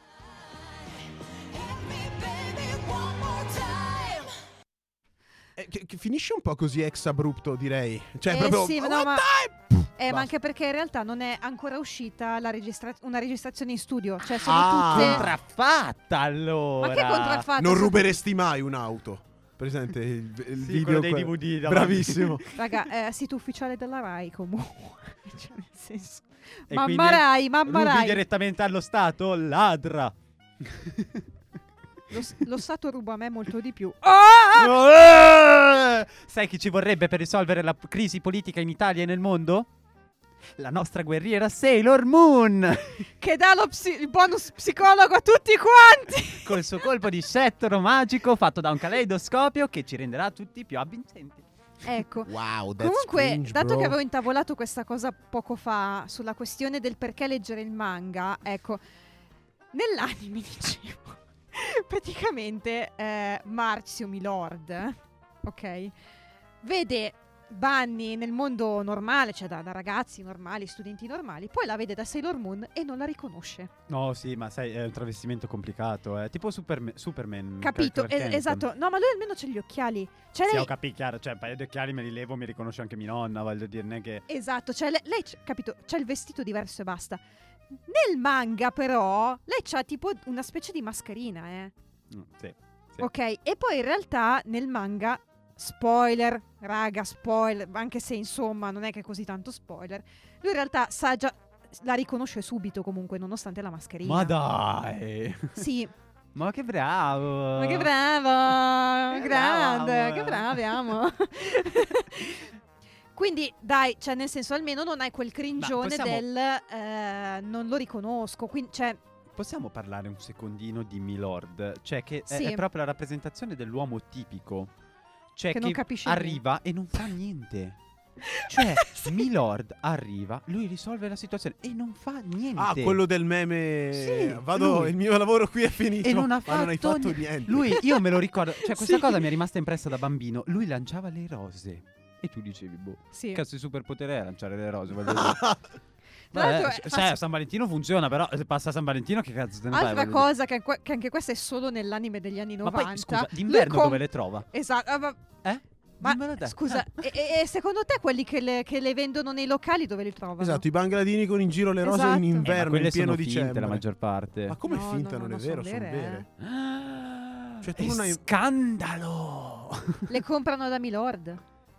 Eh, che, che finisce un po' così ex abrupto, direi. Cioè, Eh, proprio. sì, no, One ma- time! Eh, ma Basta. anche perché in realtà non è ancora uscita la registra- una registrazione in studio. Cioè, sono Ah. tutte. Contraffatta allora. Ma che contraffatta? Non Sono- ruberesti mai un'auto. Presente il, il Sì, video quello dei que- D V D davanti. Bravissimo. Raga, è sito ufficiale della Rai comunque. Cioè, nel senso. E Mamma quindi Rai, mamma rubi Rai. direttamente allo Stato, ladra. Lo, lo Stato ruba a me molto di più. Eh! Sai chi ci vorrebbe per risolvere la p- crisi politica in Italia e nel mondo? La nostra guerriera Sailor Moon. Che dà lo psi- il bonus psicologo a tutti quanti. Col suo colpo di scettro magico fatto da un caleidoscopio che ci renderà tutti più avvincenti. Ecco. Wow, that's Comunque, cringe, dato bro. che avevo intavolato questa cosa poco fa sulla questione del perché leggere il manga, ecco, nell'anime dicevo, praticamente eh, Marzio Milord, ok, vede Bunny nel mondo normale, cioè da, da ragazzi normali, studenti normali, poi la vede da Sailor Moon e non la riconosce. No, sì, ma sai, è un travestimento complicato, eh. Tipo Superma- Superman. Capito? Clark Eh, Kent. esatto. No, ma lui almeno c'ha gli occhiali. Cioè Sì, lei... ho capito, chiaro. Cioè, un paio di occhiali me li levo, mi riconosce anche mia nonna, voglio dire, non è che... Esatto, cioè lei, lei c- capito, c'ha il vestito diverso e basta. Nel manga però lei c'ha tipo una specie di mascherina, eh. Mm, sì, sì. Ok, e poi in realtà nel manga, spoiler, raga, spoiler, anche se insomma non è che è così tanto spoiler, lui in realtà sa già, la riconosce subito comunque nonostante la mascherina. Ma dai! Sì, Ma che bravo! ma che bravo, Che grande, bravo. che bravi, amo. Quindi dai, cioè nel senso almeno non hai quel cringione possiamo- del eh, non lo riconosco, quindi cioè Possiamo parlare un secondino di Milord? Cioè, che è- Sì. è, proprio la rappresentazione dell'uomo tipico. Cioè, Che che, non capisce arriva e non fa niente. Cioè, Milord arriva, lui risolve la situazione e non fa niente. Ah, quello del meme. Sì, Vado, lui. il mio lavoro qui è finito. E non ha ma non hai fatto fatto ni- niente. Lui, io me lo ricordo, cioè questa Sì. cosa mi è rimasta impressa da bambino. Lui lanciava le rose. E tu dicevi, boh, sì. cazzo di superpotere è lanciare le rose, voglio dire. Tra Vabbè, l'altro è- sai, ass- a San Valentino funziona, però se passa San Valentino che cazzo te ne fai? Altra voglio dire. cosa che, que- che anche questa è solo nell'anime degli anni Ma novanta. poi, scusa, lui d'inverno com- dove le trova? Esatto, ah, ma, Eh? ma Dimmelo te. scusa, Eh. e, e- e secondo te quelli che le, che le vendono nei locali dove li trovano? Esatto, i bangladini con in giro le rose Esatto. in Eh, Eh, ma inverno, quelle in pieno sono finte dicembre. la maggior parte. Ma come No, finta? no, non no, è sono vero, sono vere, vere. Ah, Cioè, tu è non hai- scandalo. Le comprano da Milord. Ah,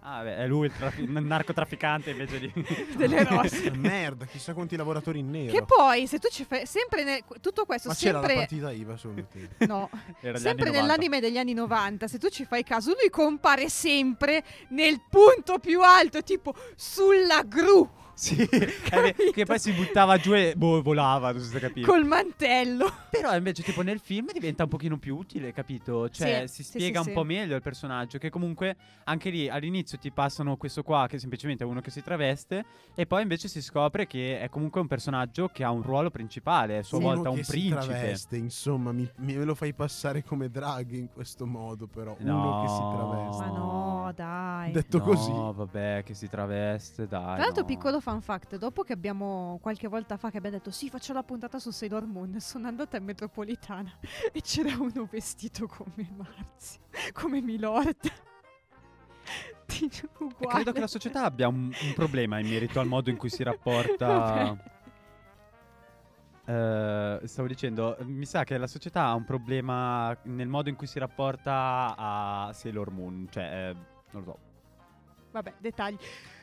Ah, beh, è lui il, trafi- il narcotrafficante invece di... Delle rose. Merda, chissà quanti lavoratori in nero. Che poi, se tu ci fai sempre nel- tutto questo Ma c'era la sempre partita I V A secondo te? no, Era gli sempre anni novanta. nell'anime degli anni novanta, se tu ci fai caso, lui compare sempre nel punto più alto, tipo sulla gru. Sì, eh, beh, che poi si buttava giù e boh, volava, non so se capito. Col mantello. Però invece tipo nel film diventa un pochino più utile, capito? Cioè Sì, si sì, spiega sì, un sì. po' meglio il personaggio, che comunque anche lì all'inizio ti passano questo qua che semplicemente è uno che si traveste e poi invece si scopre che è comunque un personaggio che ha un ruolo principale, a sua Sì. volta Uno un che si principe. traveste, insomma, mi, mi- me lo fai passare come drag in questo modo, però. Uno No. che si traveste. Ma no, dai. Detto No, così. vabbè, che si traveste, dai. Tra l'altro, no. piccolo fun fact, dopo che abbiamo qualche volta fa che abbiamo detto sì, faccio la puntata su Sailor Moon, sono andata in metropolitana e c'era uno vestito come Marzio, come Milord. Ti giuro, E uguale. credo che la società abbia un, un problema in merito al modo in cui si rapporta. Eh, stavo dicendo, mi sa che la società ha un problema nel modo in cui si rapporta a Sailor Moon. Cioè, eh, non lo so. Vabbè, dettagli.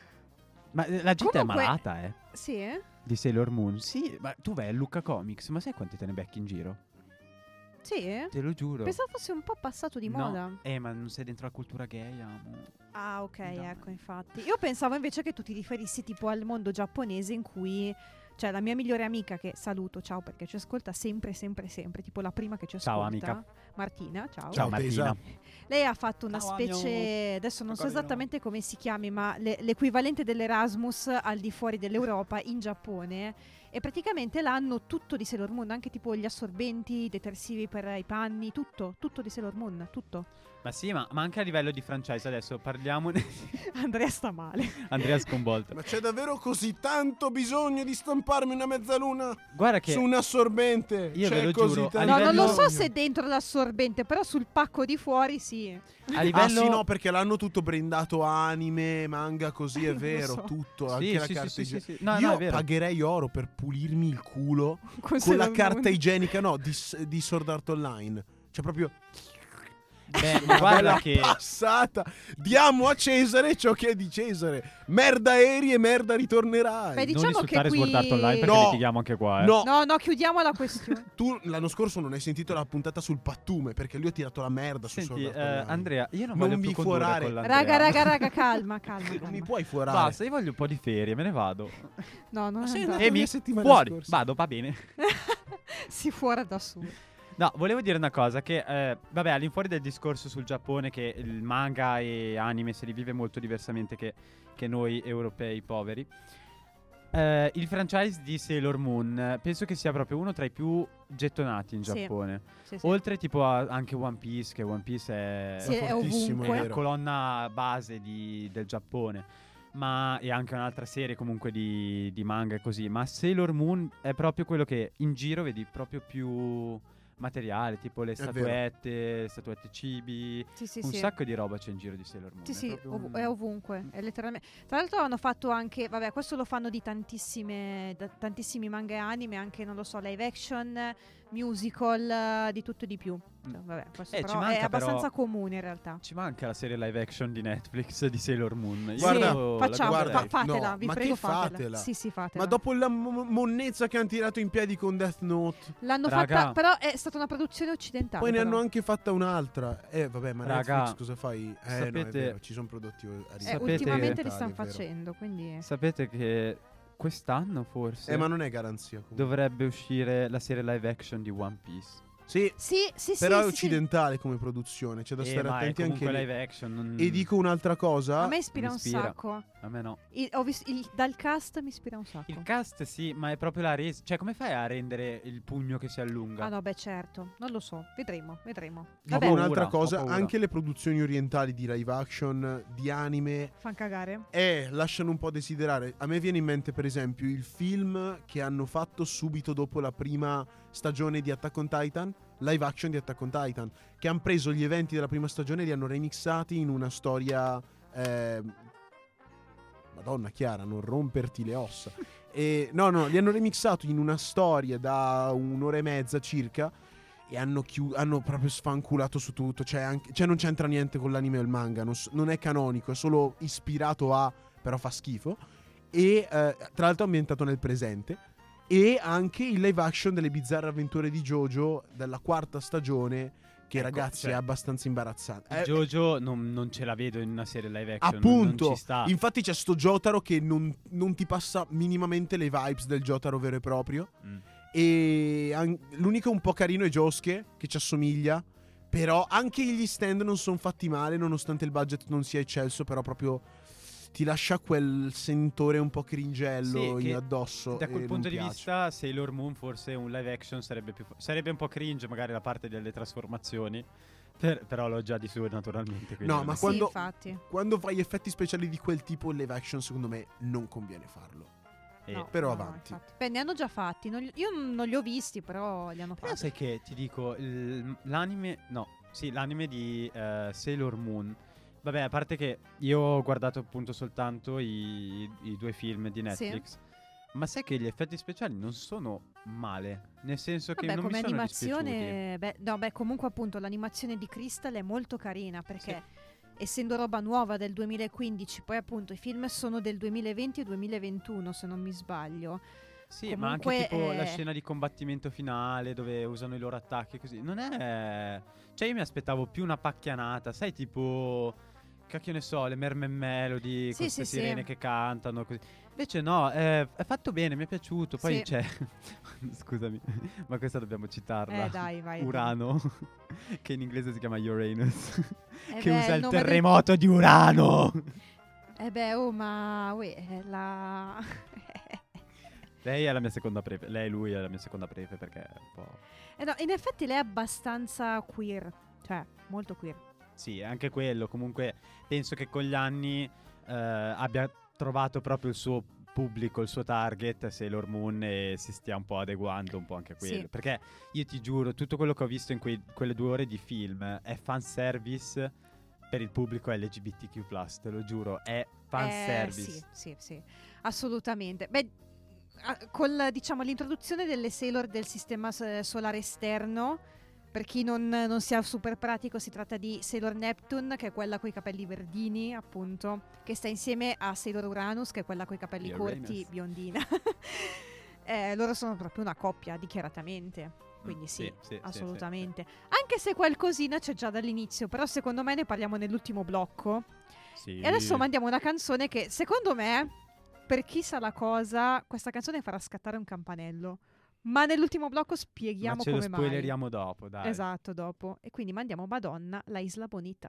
Ma eh, la gente Comunque- è malata, eh. Sì, eh? Di Sailor Moon. Sì, ma tu vai a Lucca Comics, ma sai quanti te ne becchi in giro? Sì, eh? Te lo giuro. Pensavo fosse un po' passato di No. moda. Eh, ma non sei dentro la cultura gay, amo. Ah, ok, Dai. ecco, infatti. Io pensavo invece che tu ti riferissi tipo al mondo giapponese in cui, cioè, la mia migliore amica, che saluto, ciao, perché ci ascolta sempre, sempre, sempre, tipo la prima che ci Ciao, ascolta, amica. Martina, ciao. Ciao, Tesa. Martina. Lei ha fatto una Ciao, specie, Agno. adesso non so Ciao, Carino. esattamente come si chiami, ma le- l'equivalente dell'Erasmus al di fuori dell'Europa in Giappone. E praticamente l'hanno tutto di Sailor Moon, anche tipo gli assorbenti, i detersivi per i panni, tutto, tutto di Sailor Moon, tutto. Ma sì, ma, ma anche a livello di franchise adesso parliamo. Andrea sta male. Andrea sconvolto. Ma c'è davvero così tanto bisogno di stamparmi una mezzaluna Guarda che su un assorbente? Io c'è ve lo così giuro, a tanto No, non lo so bisogno? se dentro l'assorbente, però sul pacco di fuori sì. a livello Ah sì, no, perché l'hanno tutto brindato anime, manga, così è Lo vero, so. tutto, Sì, anche la sì, carta sì, sì, igienica. sì, sì. No, Io no, è vero. pagherei oro per pulirmi il culo Con, con la Sailor carta Moon. igienica, no, di, s- di Sword Art Online. Cioè proprio Beh, una guarda bella che passata. Diamo a Cesare ciò che è di Cesare. Merda eri e merda ritornerai. Beh, non diciamo che insultare qui- Sword Art Online perché No. litighiamo anche qua, eh. No, No, no, chiudiamo la questione. tu l'anno scorso non hai sentito la puntata sul pattume perché lui ha tirato la merda su Senti, Sword Art eh, Online. Andrea, io non, Non voglio vi più condurre fuorare. con l'Andrea. Raga, raga, raga, calma, calma, Non calma. mi puoi fuorare. Basta, io voglio un po' di ferie, me ne vado. No, non Ma è sei andato. andato Emi, via settimana fuori, scorsa. vado, va bene. Si fuora da solo. No, volevo dire una cosa, che eh, vabbè, all'infuori del discorso sul Giappone, che il manga e anime se li vive molto diversamente che, che noi europei poveri, eh, il franchise di Sailor Moon eh, penso che sia proprio uno tra i più gettonati in Sì. Giappone. Sì, sì. Oltre tipo a anche One Piece, che One Piece è, Sì, è fortissimo, è è ovunque. la vero. colonna base di- del Giappone. Ma e anche un'altra serie comunque di, di manga e così. Ma Sailor Moon è proprio quello che in giro vedi proprio più materiale, tipo le vero. statuette, le statuette cibi. Sì, sì, un sì. sacco di roba c'è in giro di Sailor Moon. Sì, è sì, proprio ov- un- è ovunque, è letteralmente. Tra l'altro hanno fatto anche, vabbè, questo lo fanno di tantissime, da- tantissimi manga e anime, anche, non lo so, live action, musical, eh, di tutto e di più. Cioè, vabbè, questo Eh, ci però è manca però- abbastanza comune in realtà. Ci manca la serie live action di Netflix di Sailor Moon. Io Guarda, sì, la facciamo, guarda, fa- guarderei. fatela, no, vi ma prego che fatela. fatela? Sì, sì, fatela. Ma dopo la mo- monnezza che hanno tirato in piedi con Death Note, L'hanno Raga. fatta, però è stata una produzione occidentale. poi ne però. hanno anche fatta un'altra. Eh, vabbè, ma Raga, Netflix cosa fai? Eh, no, è sapete- vero, ci sono prodotti a Eh, sapete- ultimamente li occidentali, stanno è vero. facendo, quindi... Sapete che quest'anno forse Eh, ma non è garanzia. comunque. dovrebbe uscire la serie live action di One Piece. Sì, Sì, sì, però sì, è sì, sì. occidentale come produzione, c'è da Eh, stare ma è attenti anche comunque lì. live action. non- E dico un'altra cosa. A me ispira mi un ispira. sacco. A me no. Il- ho vis- il- dal cast mi ispira un sacco. Il cast sì, ma è proprio la resa. Cioè, come fai a rendere il pugno che si allunga? Ah no, beh, certo, non lo so, vedremo, vedremo. Dico Vabbè, paura, un'altra ho cosa, paura. anche le produzioni orientali di live action, di anime, fan cagare. eh, lasciano un po' desiderare. A me viene in mente, per esempio, il film che hanno fatto subito dopo la prima stagione di Attack on Titan, live action di Attack on Titan, che hanno preso gli eventi della prima stagione e li hanno remixati in una storia... eh, Madonna Chiara, non romperti le ossa. E, no, no, li hanno remixati in una storia da un'ora e mezza circa, e hanno, chiu- hanno proprio sfanculato su tutto. Cioè, anche- cioè non c'entra niente con l'anime o il manga, non, s- non è canonico, è solo ispirato a, però fa schifo. E eh, tra l'altro è ambientato nel presente. E anche il live action delle bizzarre avventure di JoJo della quarta stagione, che Ecco, ragazzi cioè, è abbastanza imbarazzante. Eh, Jojo non, non ce la vedo in una serie live action. appunto, non ci sta. infatti c'è sto Jotaro che non, non ti passa minimamente le vibes del Jotaro vero e proprio. Mm. E an- l'unico un po' carino è Josuke, che ci assomiglia. Però anche gli stand non sono fatti male, nonostante il budget non sia eccelso. Però proprio ti lascia quel sentore un po' cringello Sì, in che addosso. Da e quel non punto di piace. vista, Sailor Moon forse un live action sarebbe più fa- sarebbe un po' cringe, magari la parte delle trasformazioni. Per- però l'ho già di su naturalmente. quindi No, non ma è- quando- Sì, infatti. Quando fai effetti speciali di quel tipo in live action, secondo me non conviene farlo. eh, No, però no, no, avanti. infatti. Beh, ne hanno già fatti. non li- io non li ho visti, però li hanno Però fatti. sai che ti dico, il- l'anime, no, sì, l'anime di eh, Sailor Moon. Vabbè, a parte che io ho guardato appunto soltanto i, i due film di Netflix. Ma sai che gli effetti speciali non sono male, nel senso che Vabbè, non come mi sono dispiaciuti. animazione, beh, no, beh, comunque appunto l'animazione di Crystal è molto carina perché essendo roba nuova del duemilaquindici, poi appunto i film sono del duemilaventi e duemilaventuno se non mi sbaglio. Sì, ma anche Comunque, tipo la eh, scena di combattimento finale dove usano i loro attacchi così. Non è... Cioè io mi aspettavo più una pacchianata, sai, tipo... Cacchio ne so, le Mermaid Melody, Sì, queste sì, sirene sì. che cantano così. Invece no, è, è fatto bene, mi è piaciuto. Poi Sì. c'è... Scusami, ma questa dobbiamo citarla. Eh dai, vai. Urano, che in inglese si chiama Uranus, Eh che beh, usa il nome del- terremoto di Urano. Eh beh, oh, ma uè, è la... Lei è la mia seconda prefe, lei e lui è la mia seconda prefe perché è un po'... Eh no, in effetti lei è abbastanza queer, cioè molto queer. Sì, anche quello. Comunque penso che con gli anni eh, abbia trovato proprio il suo pubblico, il suo target, Sailor Moon, e si stia un po' adeguando un po' anche a quello. Sì. Perché io ti giuro, tutto quello che ho visto in quei- quelle due ore di film è fanservice per il pubblico L G B T Q plus, te lo giuro, è fanservice. Eh, sì, sì, sì, assolutamente. Beh, a- con diciamo l'introduzione delle Sailor del sistema s- solare esterno, per chi non, non sia super pratico, si tratta di Sailor Neptune, che è quella con i capelli verdini, appunto, che sta insieme a Sailor Uranus, che è quella con i capelli Uranus. corti, biondina. Eh, loro sono proprio una coppia, dichiaratamente. Quindi sì, sì, sì, sì, assolutamente. Anche se qualcosina c'è già dall'inizio, però secondo me ne parliamo nell'ultimo blocco. Sì. E adesso mandiamo una canzone che, secondo me, per chi sa la cosa, questa canzone farà scattare un campanello. Ma nell'ultimo blocco spieghiamo Ma ce lo come mai. spoileriamo dopo, dai. Esatto, dopo. E quindi mandiamo Madonna, la Isla Bonita.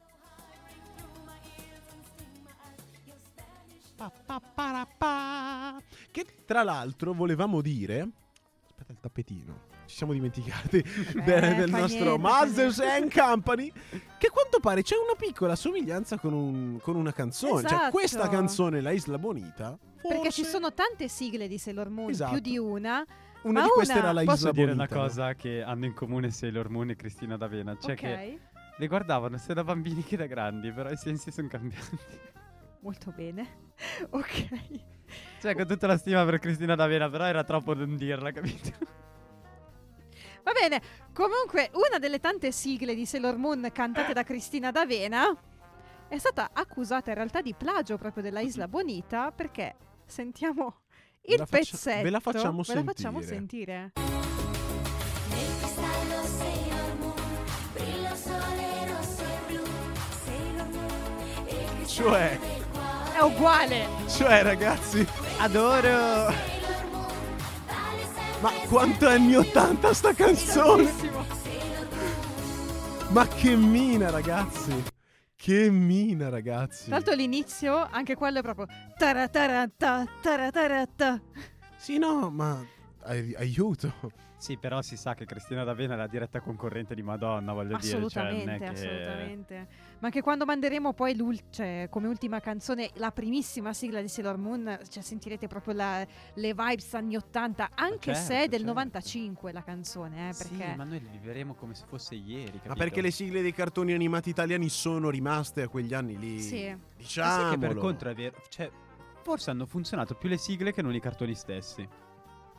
Pa, pa, para, pa. Che tra l'altro volevamo dire. Aspetta il tappetino. Ci siamo dimenticati de- del fa nostro niente, fa Mothers niente. and Company. Che a quanto pare c'è una piccola somiglianza con, un- con una canzone. Cioè, Esatto. questa canzone, La Isla Bonita. Perché ci forse sono tante sigle di Sailor Moon, Esatto. più di una. Una ma di queste una- era La Posso Isla dire Bonita. una no? cosa che hanno in comune Sailor Moon e Cristina D'Avena? Cioè Ok, che le guardavano sia da bambini che da grandi, però i sensi sono cambiati. molto bene. Ok. Cioè, con tutta la stima per Cristina D'Avena, però era troppo non dirla, capito? Va bene, comunque una delle tante sigle di Sailor Moon cantate da Cristina D'Avena è stata accusata in realtà di plagio proprio della Isla Bonita, perché sentiamo Ve il la faccia- pezzetto. ve la facciamo Ve la facciamo sentire. sentire. Nel cristallo Sailor Moon brilla il sole rosso e blu. Sailor Moon, il cristallo Cioè, del cuore. È uguale. cioè ragazzi, adoro. Sailor Moon vale sempre Ma quanto è anni ottanta sta canzone? Bellissimo. Sailor Moon. Ma che mina, ragazzi. Che mina, ragazzi. Tra l'altro l'inizio, anche quello è proprio taratarata, taratarata. Sì, no, ma ai- aiuto. Sì, però si sa che Cristina D'Avena è la diretta concorrente di Madonna, voglio dire. Cioè, non Assolutamente, è che... assolutamente. Ma anche quando manderemo poi l'ul- cioè, come ultima canzone la primissima sigla di Sailor Moon, cioè, sentirete proprio la- le vibes anni ottanta, anche se è certo, del certo. novantacinque la canzone, eh, perché Sì, ma noi li vivremo come se fosse ieri, capito? Ma perché le sigle dei cartoni animati italiani sono rimaste a quegli anni lì? Sì. Ma Diciamolo. sai che per contro è vero, cioè, forse hanno funzionato più le sigle che non i cartoni stessi.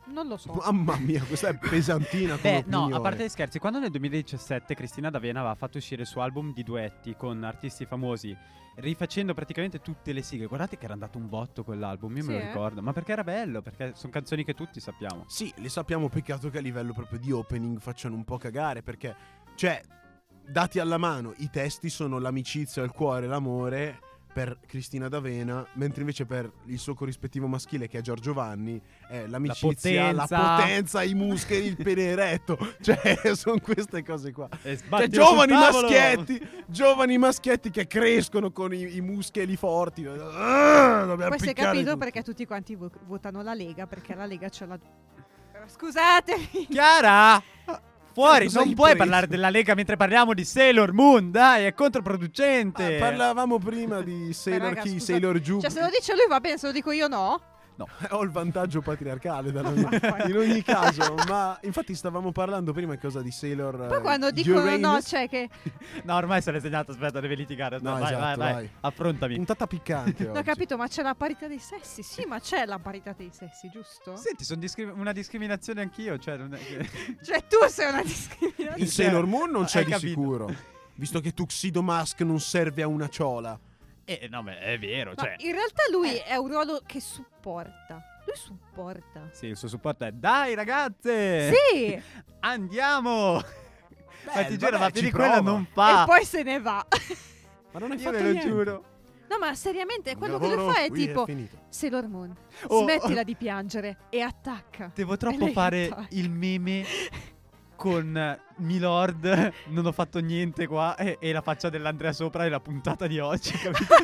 Non lo so. Mamma mia, questa è pesantina come Beh, no, opinione. a parte gli scherzi, quando nel duemiladiciassette Cristina D'Avena aveva fatto uscire il suo album di duetti con artisti famosi, rifacendo praticamente tutte le sigle, guardate che era andato un botto quell'album, io Sì, me lo eh? ricordo, ma perché era bello, perché sono canzoni che tutti sappiamo. Sì, le sappiamo, peccato che a livello proprio di opening facciano un po' cagare, perché, cioè, dati alla mano, i testi sono l'amicizia, il cuore, l'amore per Cristina D'Avena, mentre invece per il suo corrispettivo maschile, che è Giorgio Vanni, è l'amicizia, la potenza. potenza, i muscoli, il pene eretto. Cioè, sono queste cose qua. E Cioè, sbattilo giovani sul tavolo! maschietti, giovani maschietti che crescono con i, i muscoli forti. Ah, dobbiamo Poi si è piccare capito tutti. perché tutti quanti vo- votano la Lega, perché la Lega ce l'ha. Però scusatemi. Chiara! Fuori, Cosa non hai puoi preso? parlare della Lega mentre parliamo di Sailor Moon, dai, è controproducente. Ah, parlavamo prima di Sailor raga, Key, scusa. Sailor Juke. Cioè, se lo dice lui va bene, se lo dico io no. Ho il vantaggio patriarcale dalla mia- in ogni caso. Ma infatti stavamo parlando prima cosa di Sailor Poi eh, quando dicono no, Uranus. cioè che. No, ormai se l'hai segnato, aspetta, devi litigare. No, vai, esatto, vai, vai, vai. affrontami. Puntata piccante Non ho oggi. capito, ma c'è la parità dei sessi? Sì, ma c'è la parità dei sessi, giusto? Senti, sono discri- una discriminazione anch'io, cioè non è che- Cioè, tu sei una discriminazione. In Sailor Moon non Hai c'è di capito. sicuro. Visto che Tuxedo Mask non serve a una ciola. Eh, no, beh, è vero, Ma cioè. in realtà lui è un ruolo che supporta. Lui supporta. Sì, il suo supporto è dai ragazze! Sì! Andiamo! ma ti giuro, vabbè, ma più ci di quello prova. non fa. E poi se ne va. Ma non hai Io fatto ve lo niente. giuro. No, ma seriamente, Il quello mio che lui lavoro fa è qui tipo finito. Sailor Moon, Oh, smettila oh. di piangere e attacca. Devo E troppo lei fare attacca. il meme con eh, Milord, non ho fatto niente qua, e, e la faccia dell'Andrea sopra e la puntata di oggi, capito?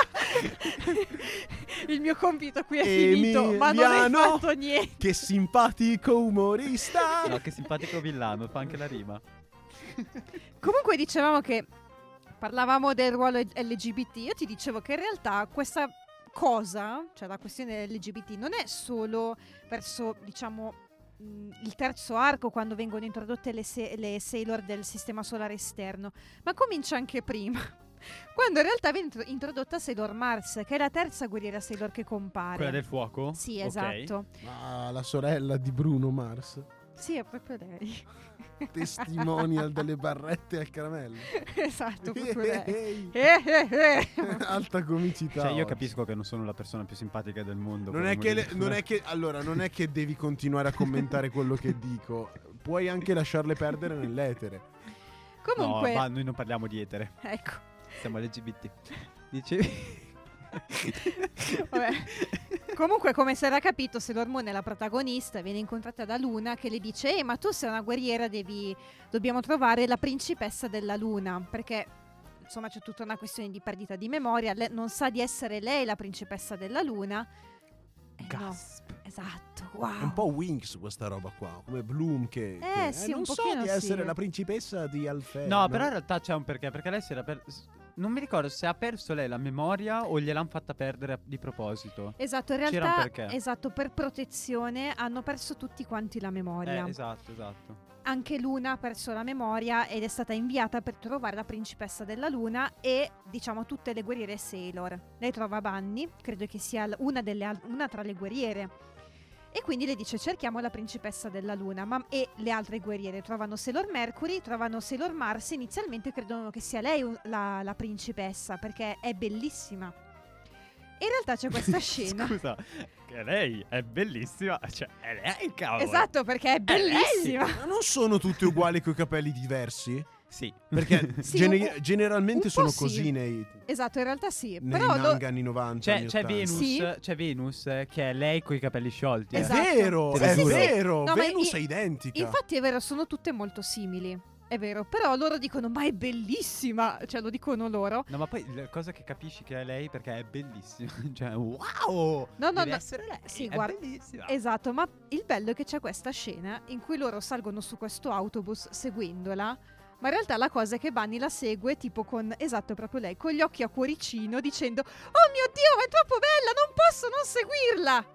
Il mio compito qui è finito, ma non hai Emiliano, fatto niente. Che simpatico umorista. No, che simpatico villano, fa anche la rima. Comunque dicevamo che parlavamo del ruolo L G B T. Io ti dicevo che in realtà questa cosa, cioè la questione L G B T, non è solo verso, diciamo, mh, il terzo arco, quando vengono introdotte le, se- le Sailor del sistema solare esterno, ma comincia anche prima. Quando in realtà viene intro- introdotta Sailor Mars, che è la terza guerriera Sailor che compare. Quella del fuoco? Sì, Ok. esatto. Ah, la sorella di Bruno Mars. Sì, è proprio lei. Testimonial delle barrette al caramello. Esatto, proprio lei. Ehi. Eh, eh, eh. Alta comicità. Cioè, io oggi. capisco che non sono la persona più simpatica del mondo. Non per è, che amore le- di non Dio. è che allora non è che devi continuare a commentare quello che dico. Puoi anche lasciarle perdere nell'etere. Comunque, No, ma noi non parliamo di etere, ecco. siamo L G B T. Dicevi? Vabbè. Comunque, come si era capito, Sailor Moon è la protagonista, viene incontrata da Luna che le dice: Ehi, ma tu sei una guerriera, devi... dobbiamo trovare la principessa della Luna. Perché, insomma, c'è tutta una questione di perdita di memoria. Le- non sa di essere lei la principessa della Luna. Eh, no. Gasp. Esatto, wow. È un po' Winx questa roba qua, come Bloom che, Eh, che- sì, non un so pochino di essere sì. la principessa di Alfeo. No, però in realtà c'è un perché, perché lei si era per... Non mi ricordo se ha perso lei la memoria o gliel'hanno fatta perdere di proposito. Esatto, in C'era un realtà, perché. esatto, per protezione hanno perso tutti quanti la memoria. Eh, esatto, esatto. Anche Luna ha perso la memoria ed è stata inviata per trovare la principessa della Luna e, diciamo, tutte le guerriere Sailor. Lei trova Bunny, credo che sia l- una, delle al- una tra le guerriere. E quindi le dice: cerchiamo la principessa della Luna. Ma- e le altre guerriere trovano Sailor Mercury, trovano Sailor Mars. Inizialmente credono che sia lei un- la, la principessa, perché è bellissima. E in realtà c'è questa scena. Scusa, che lei è bellissima. Cioè, è lei, cavolo. Esatto, perché è bellissima. Ma non sono tutte uguali coi capelli diversi? Sì. Perché Sì, gene- un- generalmente un po' sono sì. così nei, Esatto, in realtà sì. nei Però lo- manga anni novanta. C'è, anni c'è ottanta. Venus, Sì. c'è Venus eh, che è lei con i capelli sciolti. È eh. Esatto. vero, Sì, è sì, sì. vero. No, ma Venus i- è identica. infatti è vero, sono tutte molto simili. È vero, però loro dicono: ma è bellissima. Cioè, lo dicono loro. No, ma poi la cosa che capisci che è lei perché è bellissima. Cioè, wow! No, no, Deve no. essere lei. Sì, è guarda- bellissima. Esatto, ma il bello è che c'è questa scena in cui loro salgono su questo autobus seguendola. Ma in realtà la cosa è che Bunny la segue tipo con, esatto, proprio lei, con gli occhi a cuoricino dicendo: oh mio Dio, ma è troppo bella, non posso non seguirla.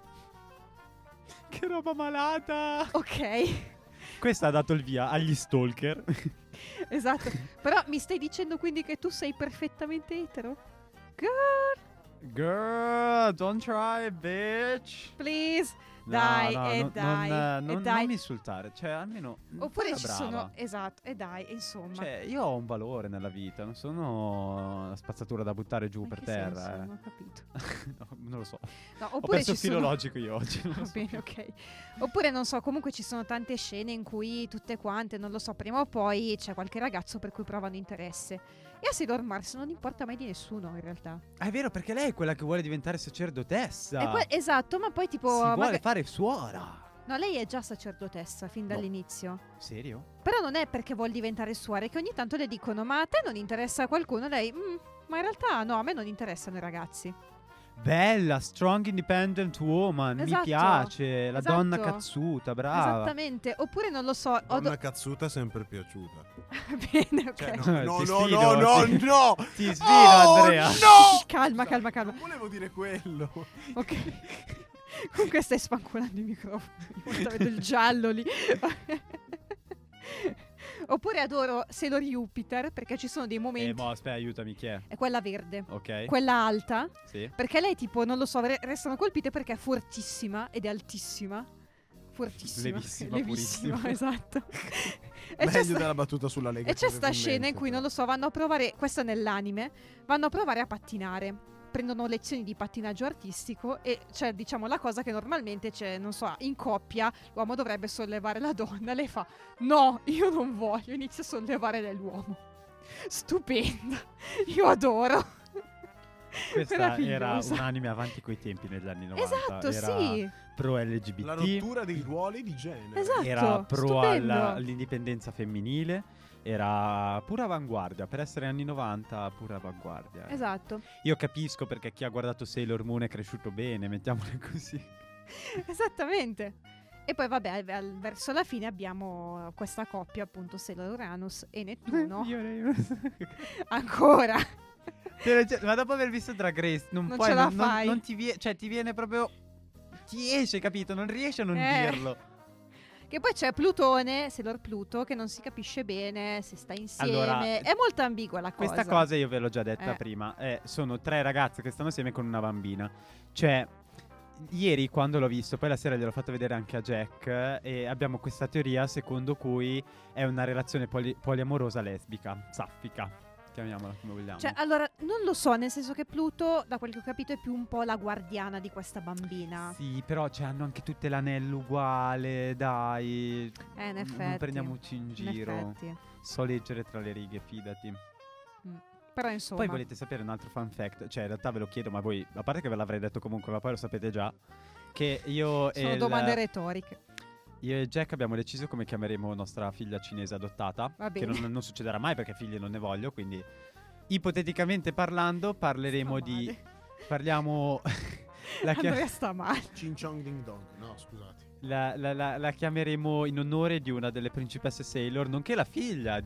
Che roba malata! Ok, Questa ha dato il via agli stalker. esatto. Però mi stai dicendo quindi che tu sei perfettamente etero? Girl, Girl, don't try, bitch. please. Dai, no, e non, dai, non, e non, dai. non mi insultare. Cioè, almeno. Oppure fai ci la sono. brava. Esatto, e dai, insomma. Cioè, io ho un valore nella vita, non sono una spazzatura da buttare giù In per che terra. senso? eh. Non ho capito. No, non lo so. No, Ho oppure perso il ci filo sono. logico io oggi. non lo Va so bene, più. ok. Oppure non so, comunque ci sono tante scene in cui tutte quante, non lo so, prima o poi c'è qualche ragazzo per cui provano interesse. E a Sailor Mars non importa mai di nessuno, in realtà. Ah, è vero, perché lei è quella che vuole diventare sacerdotessa. E que- esatto, ma poi tipo. Si vuole maga- fare suora. No, lei è già sacerdotessa fin No. dall'inizio. Serio? Però non è perché vuol diventare suora, è che ogni tanto le dicono: ma a te non interessa qualcuno? Lei, "Mm, ma in realtà no, a me non interessano i ragazzi. Bella, strong independent woman. Esatto, Mi piace. La esatto. donna cazzuta, brava. Esattamente. Oppure non lo so. ho Donna do- cazzuta è sempre piaciuta. Bene, ok. Cioè, Ti no, no, no, sfido, no, no, ti- no. Ti sfido, Oh, Andrea. no! Calma, calma, calma. Non volevo dire quello. Ok. Comunque stai spanculando i microfoni. Guarda, vedo il giallo lì. Oppure adoro Sailor Jupiter perché ci sono dei Eh, momenti. mo, aspetta, aiutami, chi è? È quella verde. Ok. Quella alta. Sì. Perché lei, tipo, non lo so, re- restano colpite perché è fortissima ed è altissima. Fortissima. Levissima, Levissima, purissima. esatto. e c'è Meglio sta, della battuta sulla Lega. e c'è sta corrispondenza, scena in cui, però. non lo so, vanno a provare. Questo è nell'anime. Vanno a provare a pattinare. Prendono lezioni di pattinaggio artistico. E c'è, diciamo, la cosa che normalmente c'è, non so, in coppia l'uomo dovrebbe sollevare la donna. Lei fa: no, io non voglio. Inizia a sollevare lei l'uomo. Stupenda. Io adoro. Questa era Meravigliosa. un anime avanti coi tempi negli anni novanta. Esatto, era sì. pro L G B T. La rottura dei ruoli di genere. Esatto. Era pro stupendo. alla- all'indipendenza femminile. Era pura avanguardia. Per essere anni novanta, pura avanguardia. eh. Esatto. Io capisco perché chi ha guardato Sailor Moon è cresciuto bene, mettiamole così. Esattamente. E poi vabbè, al- al- verso la fine abbiamo questa coppia, appunto Sailor Uranus e Nettuno. Io ne- Ancora. Cioè, ma dopo aver visto Drag Race, non, Non puoi, ce la non, non- fai. non ti viene, cioè ti viene proprio, ti esce, capito? Non riesci a non Eh. dirlo. Che poi c'è Plutone, Sailor Pluto, che non si capisce bene se sta insieme. Allora, è molto ambigua la cosa. Questa cosa io ve l'ho già detta Eh. prima. eh, sono tre ragazze che stanno assieme con una bambina. Cioè, ieri quando l'ho visto, poi la sera gliel'ho fatto vedere anche a Jack. eh, E abbiamo questa teoria secondo cui è una relazione poli- poliamorosa lesbica, saffica. Chiamiamola come vogliamo. Cioè, allora, non lo so, nel senso che Pluto, da quel che ho capito, è più un po' la guardiana di questa bambina. Sì, però cioè, hanno anche tutte l'anello uguale, dai. Eh, in N- effetti. Non prendiamoci in In giro. effetti. So leggere tra le righe, fidati. Mm. Però insomma. Poi volete sapere un altro fun fact? Cioè, in realtà ve lo chiedo, ma voi, a parte che ve l'avrei detto comunque, ma poi lo sapete già. Che io e Sono il- domande retoriche. io e Jack abbiamo deciso come chiameremo nostra figlia cinese adottata. Va Che bene. non, non succederà mai perché figlie non ne voglio. Quindi, ipoteticamente parlando, parleremo Sta di. male. Parliamo. la, chia- Andrea sta male. Chin Chong Ding Dong. No, scusate. la, la- la- la chiameremo in onore di una delle principesse Sailor, nonché la figlia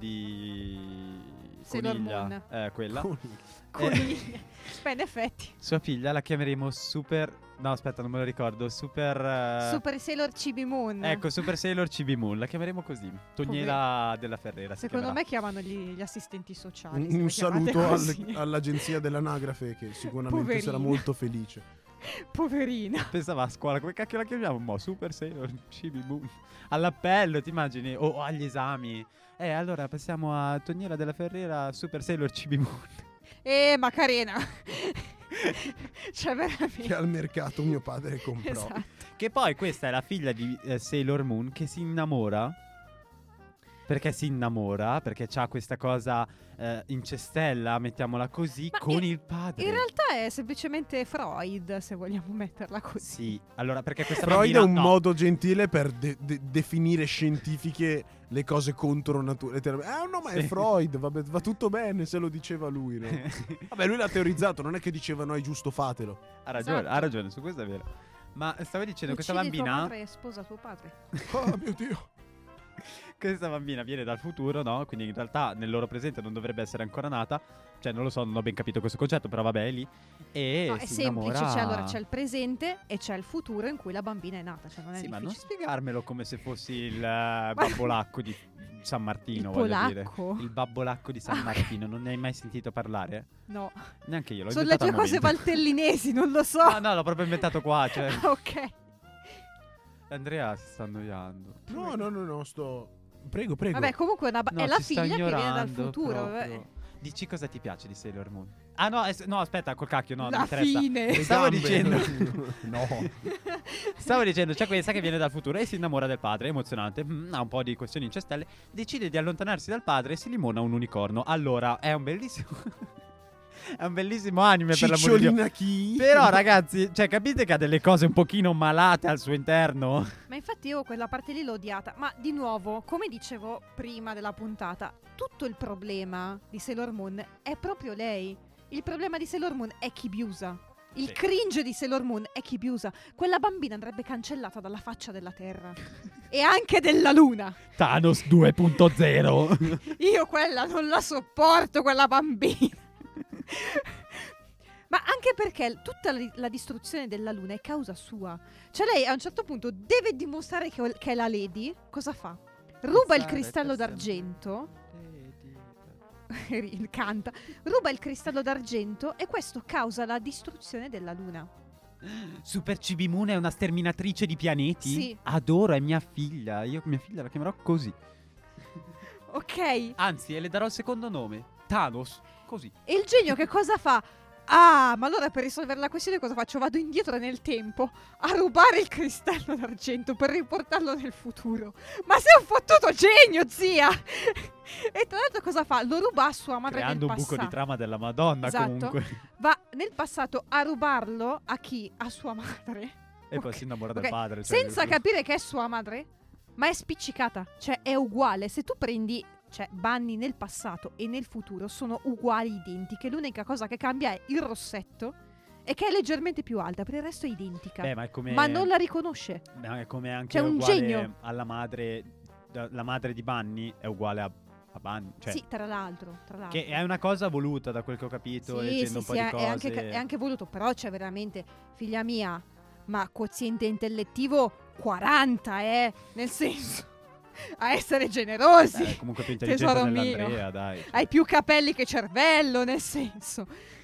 di. Sailor Coniglia. Moon. Eh, quella. Coniglia. Beh, in effetti. Sua figlia la chiameremo Super. No, aspetta, non me lo ricordo. Super. eh, Super Sailor Chibi Moon. Ecco, Super Sailor C B Moon. La chiameremo così. Toniera della Ferrera. si Secondo chiamerà. me chiamano gli, gli assistenti sociali. Un, se un le chiamate saluto così. al- all'agenzia dell'anagrafe che sicuramente Poverina. sarà molto felice. Poverina. Pensava a scuola, come cacchio la chiamiamo? Mo, Super Sailor C B Moon. All'appello, ti immagini? O o agli esami. Eh, allora passiamo a Toniera della Ferrera, Super Sailor C B Moon. Eh, Macarena. Cioè, Che veramente. al mercato mio padre comprò. Esatto. Che poi questa è la figlia di eh, Sailor Moon che si innamora. Perché si innamora, perché c'ha questa cosa eh, in cestella, mettiamola così, Ma con in- il padre. In realtà è semplicemente Freud, se vogliamo metterla così. Sì, allora perché questa Freud è bambina- un no. modo gentile per de- de- definire scientifiche le cose contro natura. Ah no, ma è Sì. Freud, vabbè, va tutto bene se lo diceva lui, no? Vabbè, lui l'ha teorizzato, non è che diceva no, è giusto, fatelo. Ha ragione, Esatto. ha ragione, su questo è vero. Ma stavo dicendo, questa Uccidi tua bambina, madre e sposa tuo padre. Oh mio Dio. questa bambina viene dal futuro, no? Quindi in realtà nel loro presente non dovrebbe essere ancora nata. Cioè, non lo so, non ho ben capito questo concetto, però vabbè, è lì. E No, è si semplice, innamora- cioè, allora c'è il presente e c'è il futuro in cui la bambina è nata. Cioè, non è Sì, ma non difficile. spiegarmelo come se fossi il eh, babbolacco di San Martino, Il voglio dire. polacco? Il babbolacco di San Ah, ok. Martino, non ne hai mai sentito parlare? No, Neanche io, l'ho sono le inventato tue al cose momento. valtellinesi, non lo so. No, no, l'ho proprio inventato qua, cioè. ok. Andrea si sta annoiando. No, no, no, no, sto... Prego, prego. Vabbè, comunque è, una ba- No, è la ci sta figlia che viene dal ignorando futuro. proprio. vabbè. Dici cosa ti piace di Sailor Moon? Ah no, es- no aspetta, col cacchio, no, non mi La interessa. fine. Le Stavo gambe. dicendo No. Stavo dicendo, c'è questa che viene dal futuro e si innamora del padre, emozionante, mm, ha un po' di questioni in cestelle, decide di allontanarsi dal padre e si limona un unicorno. Allora, è un bellissimo è un bellissimo anime per l'amor di Dio. Cicciolina chi? Però ragazzi, cioè capite che ha delle cose un pochino malate al suo interno? Ma infatti io quella parte lì l'ho odiata. Ma di nuovo, come dicevo prima della puntata, tutto il problema di Sailor Moon è proprio lei. Il problema di Sailor Moon è Chibiusa. Il Sì. cringe di Sailor Moon è Chibiusa. Quella bambina andrebbe cancellata dalla faccia della Terra. E anche della Luna. Thanos due punto zero. Io quella non la sopporto, quella bambina. Ma anche perché tutta la, la distruzione della Luna è causa sua. Cioè lei a un certo punto deve dimostrare che, che è la Lady. Cosa fa? Ruba il Pensare cristallo per d'argento. Canta. Ruba il cristallo d'argento e questo causa la distruzione della Luna. Super Chibi Moon è una sterminatrice di pianeti? Sì. Adoro, è mia figlia. Io mia figlia la chiamerò così. Ok. Anzi, e le darò il secondo nome. Thanos. Così. E il genio che cosa fa? Ah, ma allora per risolvere la questione cosa faccio? Vado indietro nel tempo a rubare il cristallo d'argento per riportarlo nel futuro. Ma sei un fottuto genio, zia! E tra l'altro cosa fa? Lo ruba a sua madre Creando nel un buco passato. di trama della Madonna Esatto. comunque. Va nel passato a rubarlo a chi? A sua madre. E poi Ok. si innamora Ok, del padre. cioè, Senza capire che è sua madre, ma è spiccicata. Cioè è uguale. Se tu prendi... Cioè, Bunny nel passato e nel futuro sono uguali, identiche. L'unica cosa che cambia è il rossetto e che è leggermente più alta. Per il resto è identica. Beh, ma è come... Ma non la riconosce. Beh, è come anche C'è un uguale genio. alla madre. La madre di Bunny è uguale a, a Bunny. Cioè, Sì, tra l'altro. Tra l'altro. che è una cosa voluta da quel che ho capito, Sì, leggendo sì, un po' sì, di è, cose. è anche, è anche voluto. Però c'è veramente, figlia mia, ma quoziente intellettivo quaranta, eh. Nel senso, a essere generosi. Beh, è comunque più intelligente Tesoro mio. dell'Andrea, dai. Hai più capelli che cervello, nel senso.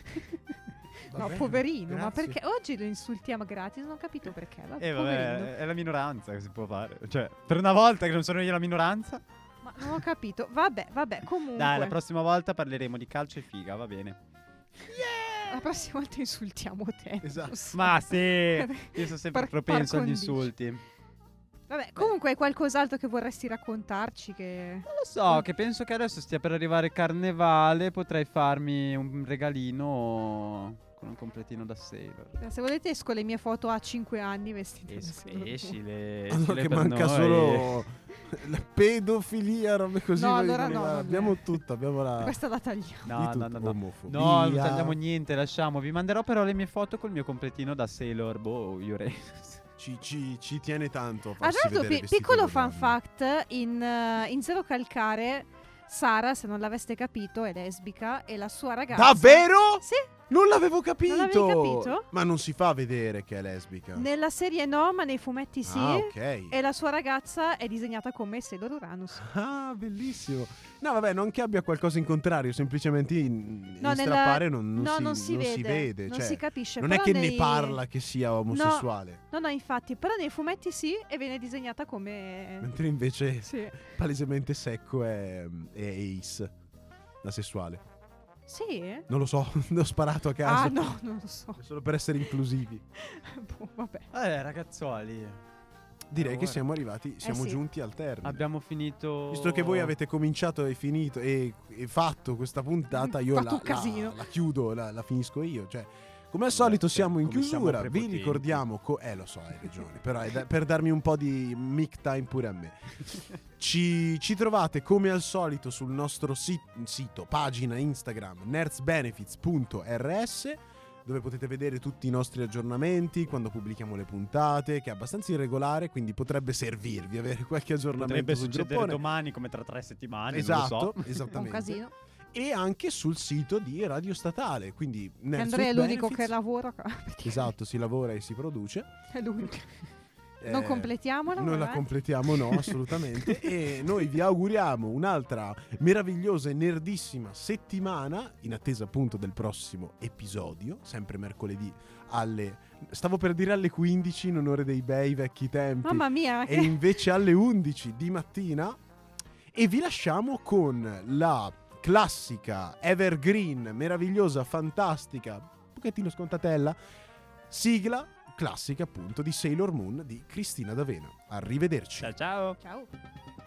Va No, bene, poverino, ma grazie. perché oggi lo insultiamo gratis? Non ho capito perché. Va, Eh, poverino. vabbè, è la minoranza che si può fare. Cioè, per una volta che non sono io la minoranza. Ma non ho capito. Vabbè, vabbè, comunque. Dai, la prossima volta parleremo di calcio e figa, va bene. La prossima volta insultiamo te. Esatto. non so. Ma sì, io sono sempre Per- propenso par agli condicio. insulti. Vabbè, comunque hai qualcos'altro che vorresti raccontarci che... Non lo so, che penso che adesso stia per arrivare Carnevale. Potrei farmi un regalino con un completino da Sailor. Eh, Se volete esco le mie foto a cinque anni vestite da Es- Sailor Moon. escile, Ah, no, escile che per manca noi. solo la pedofilia, robe così. No, voglio allora no, arrivare. non è. Abbiamo tutto, abbiamo la... Questa la tagliamo. di No, tutto, no, no, no. omofobia. No, non tagliamo niente, lasciamo. Vi manderò però le mie foto col mio completino da Sailor Boh, Uranus. Ci, ci, ci tiene tanto a Ah, farsi tra l'altro, vedere pi- vestito piccolo da fun donna. fact, in, eh, in Zero Calcare, Sara, se non l'aveste capito, è lesbica e la sua ragazza... Davvero? Sì, Non l'avevo capito. Non l'avevi capito? Ma non si fa vedere che è lesbica. nella serie no, ma nei fumetti sì. Ah, ok. E la sua ragazza è disegnata come Sailor Uranus. Ah, bellissimo. No, vabbè, non che abbia qualcosa in contrario, semplicemente in, No, in nella- strappare non, non no, si, non si vede. vede, Non cioè, si capisce. non è però che nei- ne parla che sia omosessuale. No, no, infatti, però nei fumetti sì e viene disegnata come... Mentre invece Sì. palesemente secco è, è Ace, la sessuale. Sì? Non lo so, ne ho sparato a caso. Ah, no, non lo so. Solo per essere inclusivi. Boh, vabbè. Vabbè, ragazzuoli. Direi Allora, che siamo arrivati, siamo sì. giunti al termine. Abbiamo finito. Visto che voi avete cominciato e finito e, e fatto questa puntata, io Fatto la, un casino. la- la chiudo, la, la finisco io. Cioè, come al solito cioè, siamo in come siamo chiusura, vi prepotenti. ricordiamo... co- eh, lo so, hai ragione, però è da- per darmi un po' di mic time pure a me. Ci, ci trovate come al solito sul nostro sit- sito, pagina Instagram, nerdsbenefits punto r s, dove potete vedere tutti i nostri aggiornamenti, quando pubblichiamo le puntate, che è abbastanza irregolare, quindi potrebbe servirvi avere qualche aggiornamento Potrebbe sul succedere gruppone. domani come tra tre settimane. Esatto, Non lo so. Un esattamente. casino. E anche sul sito di Radio Statale, quindi Nerds Andrea è with l'unico Benefits. che lavora qua. perché Esatto, si lavora e si produce. È l'unico. Non Eh, completiamola. Non la vabbè. completiamo, no, assolutamente. E noi vi auguriamo un'altra meravigliosa e nerdissima settimana, in attesa appunto del prossimo episodio, sempre mercoledì alle... Stavo per dire alle quindici in onore dei bei vecchi tempi. Mamma mia, E che... invece alle undici di mattina. E vi lasciamo con la classica, evergreen, meravigliosa, fantastica, un pochettino scontatella, sigla classica appunto di Sailor Moon di Cristina D'Avena. Arrivederci. Ciao ciao. Ciao.